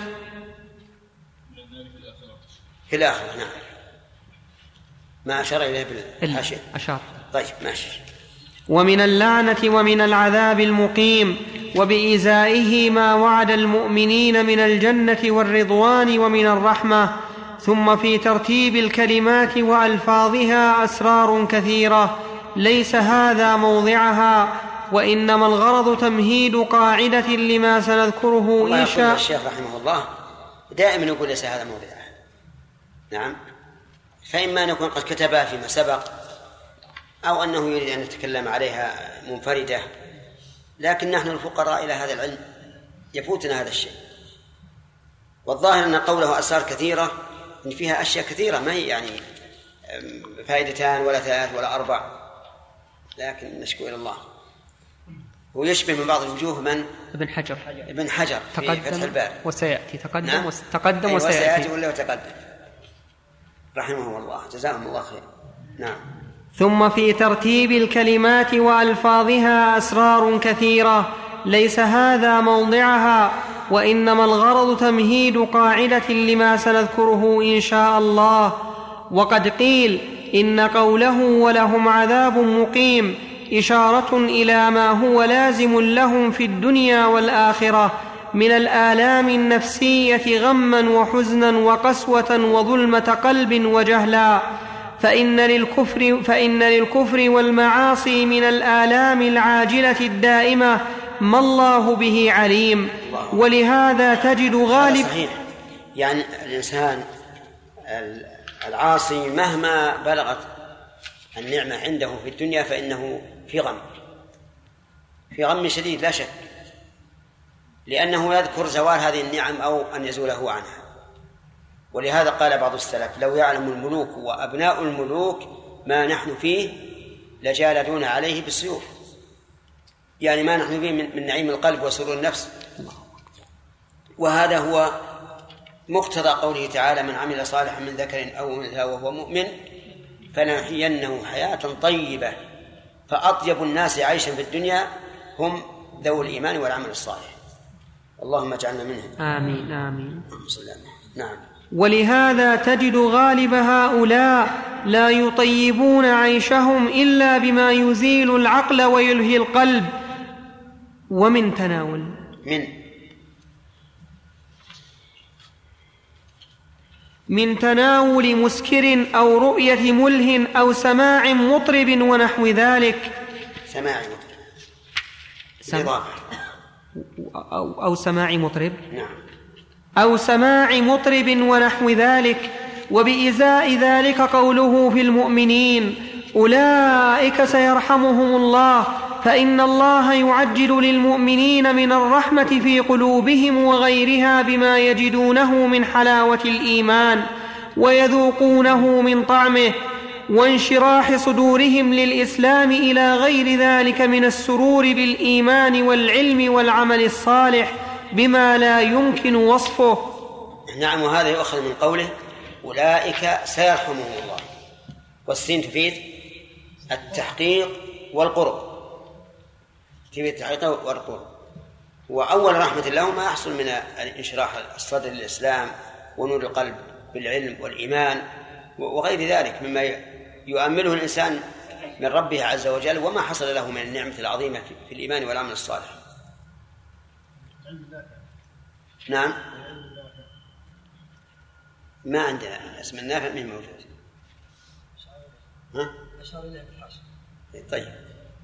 Speaker 1: في الآخرة. نعم، ما أشار إليه بالحاشية.
Speaker 2: أشار.
Speaker 1: طيب ماشي.
Speaker 2: ومن اللعنة ومن العذاب المقيم، وبإزائه ما وعد المؤمنين من الجنة والرضوان ومن الرحمة. ثم في ترتيب الكلمات وألفاظها أسرار كثيرة ليس هذا موضعها، وإنما الغرض تمهيد قاعدة لما سنذكره إن شاء.
Speaker 1: الشيخ رحمه الله دائما يقول ليس هذا موضعها. نعم، فإما أن يكون قد كتبها فيما سبق، أو أنه يريد أن يتكلم عليها منفردة، لكن نحن الفقراء إلى هذا العلم يفوتنا هذا الشيء. والظاهر أن قوله أسرار كثيرة إن فيها أشياء كثيرة، ما هي يعني فائدتان ولا ثلاث ولا أربع، لكن نشكو إلى الله. هو يشبه من بعض الوجوه من؟
Speaker 2: ابن حجر
Speaker 1: في فتح الباري
Speaker 2: وسيأتي
Speaker 1: نعم.
Speaker 2: تقدم وسيأتي
Speaker 1: ولا تقدم رحمه الله جزاهم الله خير. نعم.
Speaker 2: ثم في ترتيب الكلمات وألفاظها أسرار كثيرة ليس هذا موضعها، وإنما الغرض تمهيد قاعدة لما سنذكره إن شاء الله. وقد قيل إن قوله ولهم عذاب مقيم إشارة إلى ما هو لازم لهم في الدنيا والآخرة من الآلام النفسية غما وحزنا وقسوة وظلمة قلب وجهلا، فإن للكفر والمعاصي من الآلام العاجلة الدائمة ما الله به عليم. ولهذا تجد غالب
Speaker 1: صحيح. يعني الإنسان العاصي مهما بلغت النعمة عنده في الدنيا فإنه في غم شديد لا شك، لأنه يذكر زوال هذه النعم أو أن يزوله عنها. ولهذا قال بعض السلف لو يعلم الملوك وأبناء الملوك ما نحن فيه لجالدونا عليه بالسيوف، يعني ما نحن فيه من نعيم القلب وسرور النفس. وهذا هو مقتضى قوله تعالى من عمل صالحا من ذكر أو أنثى وهو مؤمن فلنحيينه حياة طيبة. فأطيب الناس عيشا في الدنيا هم ذو الإيمان والعمل الصالح. اللهم اجعلنا منهم.
Speaker 2: آمين آمين.
Speaker 1: نعم.
Speaker 2: ولهذا تجد غالب هؤلاء لا يطيبون عيشهم إلا بما يزيل العقل ويلهي القلب. ومن تناول من تناول مسكر أو رؤية مله أو سماع مطرب ونحو ذلك. أو سماع مطرب.
Speaker 1: نعم.
Speaker 2: أو سماع مطرب ونحو ذلك. وبإزاء ذلك قوله في المؤمنين أولئك سيرحمهم الله فإن الله يعجل للمؤمنين من الرحمة في قلوبهم وغيرها بما يجدونه من حلاوة الإيمان ويذوقونه من طعمه وانشراح صدورهم للإسلام إلى غير ذلك من السرور بالإيمان والعلم والعمل الصالح بما لا يمكن وصفه.
Speaker 1: نعم. وهذا يؤخذ من قوله أولئك سيرحمهم الله، والسين تفيد التحقيق والقرب، تفيد التحقيق والقرب. وأول رحمة الله ما يحصل من انشراح الصدر للإسلام ونور القلب بالعلم والإيمان وغير ذلك مما يؤمله الإنسان من ربه عز وجل وما حصل له من النعمة العظيمة في الإيمان والعمل الصالح. نعم. ما عندنا اسم النافع من موجود. طيب.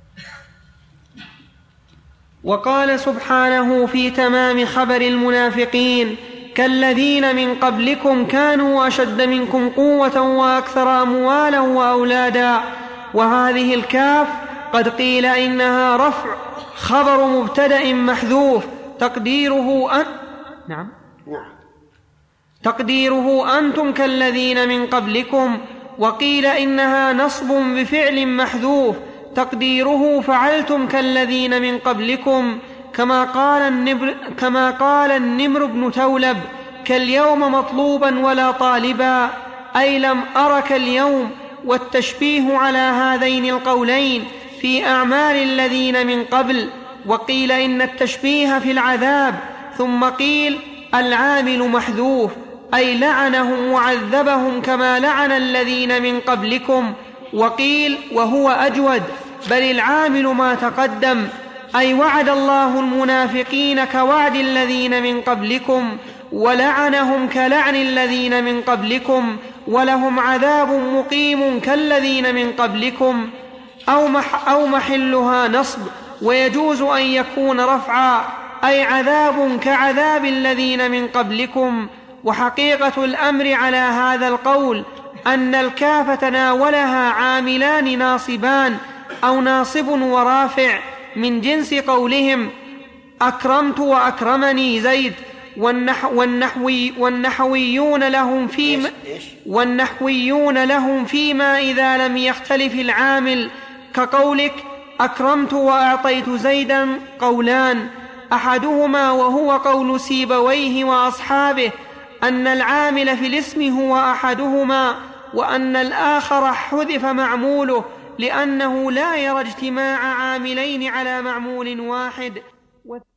Speaker 2: وقال سبحانه في تمام خبر المنافقين كالذين من قبلكم كانوا أشد منكم قوة وأكثر أموالا وأولادا. وهذه الكاف قد قيل إنها رفع خبر مبتدأ محذوف تقديره أنتم كالذين من قبلكم. وقيل إنها نصب بفعل محذوف تقديره فعلتم كالذين من قبلكم كما قال النمر بن تولب كاليوم مطلوبا ولا طالبا أي لم أرك اليوم. والتشبيه على هذين القولين في أعمال الذين من قبل. وقيل إن التشبيه في العذاب. ثم قيل العامل محذوف أي لعنهم وعذبهم كما لعن الذين من قبلكم. وقيل وهو أجود بل العامل ما تقدم أي وعد الله المنافقين كوعد الذين من قبلكم ولعنهم كلعن الذين من قبلكم ولهم عذاب مقيم كالذين من قبلكم. أو محلها نصب ويجوز أن يكون رفعا أي عذاب كعذاب الذين من قبلكم. وحقيقة الأمر على هذا القول أن الكاف تناولها عاملان ناصبان أو ناصب ورافع من جنس قولهم أكرمت وأكرمني زيد. والنحويون لهم فيما إذا لم يختلف العامل كقولك أكرمت وأعطيت زيدا قولان، أحدهما وهو قول سيبويه وأصحابه أن العامل في الاسم هو أحدهما، وأن الآخر حذف معموله لأنه لا يرى اجتماع عاملين على معمول واحد.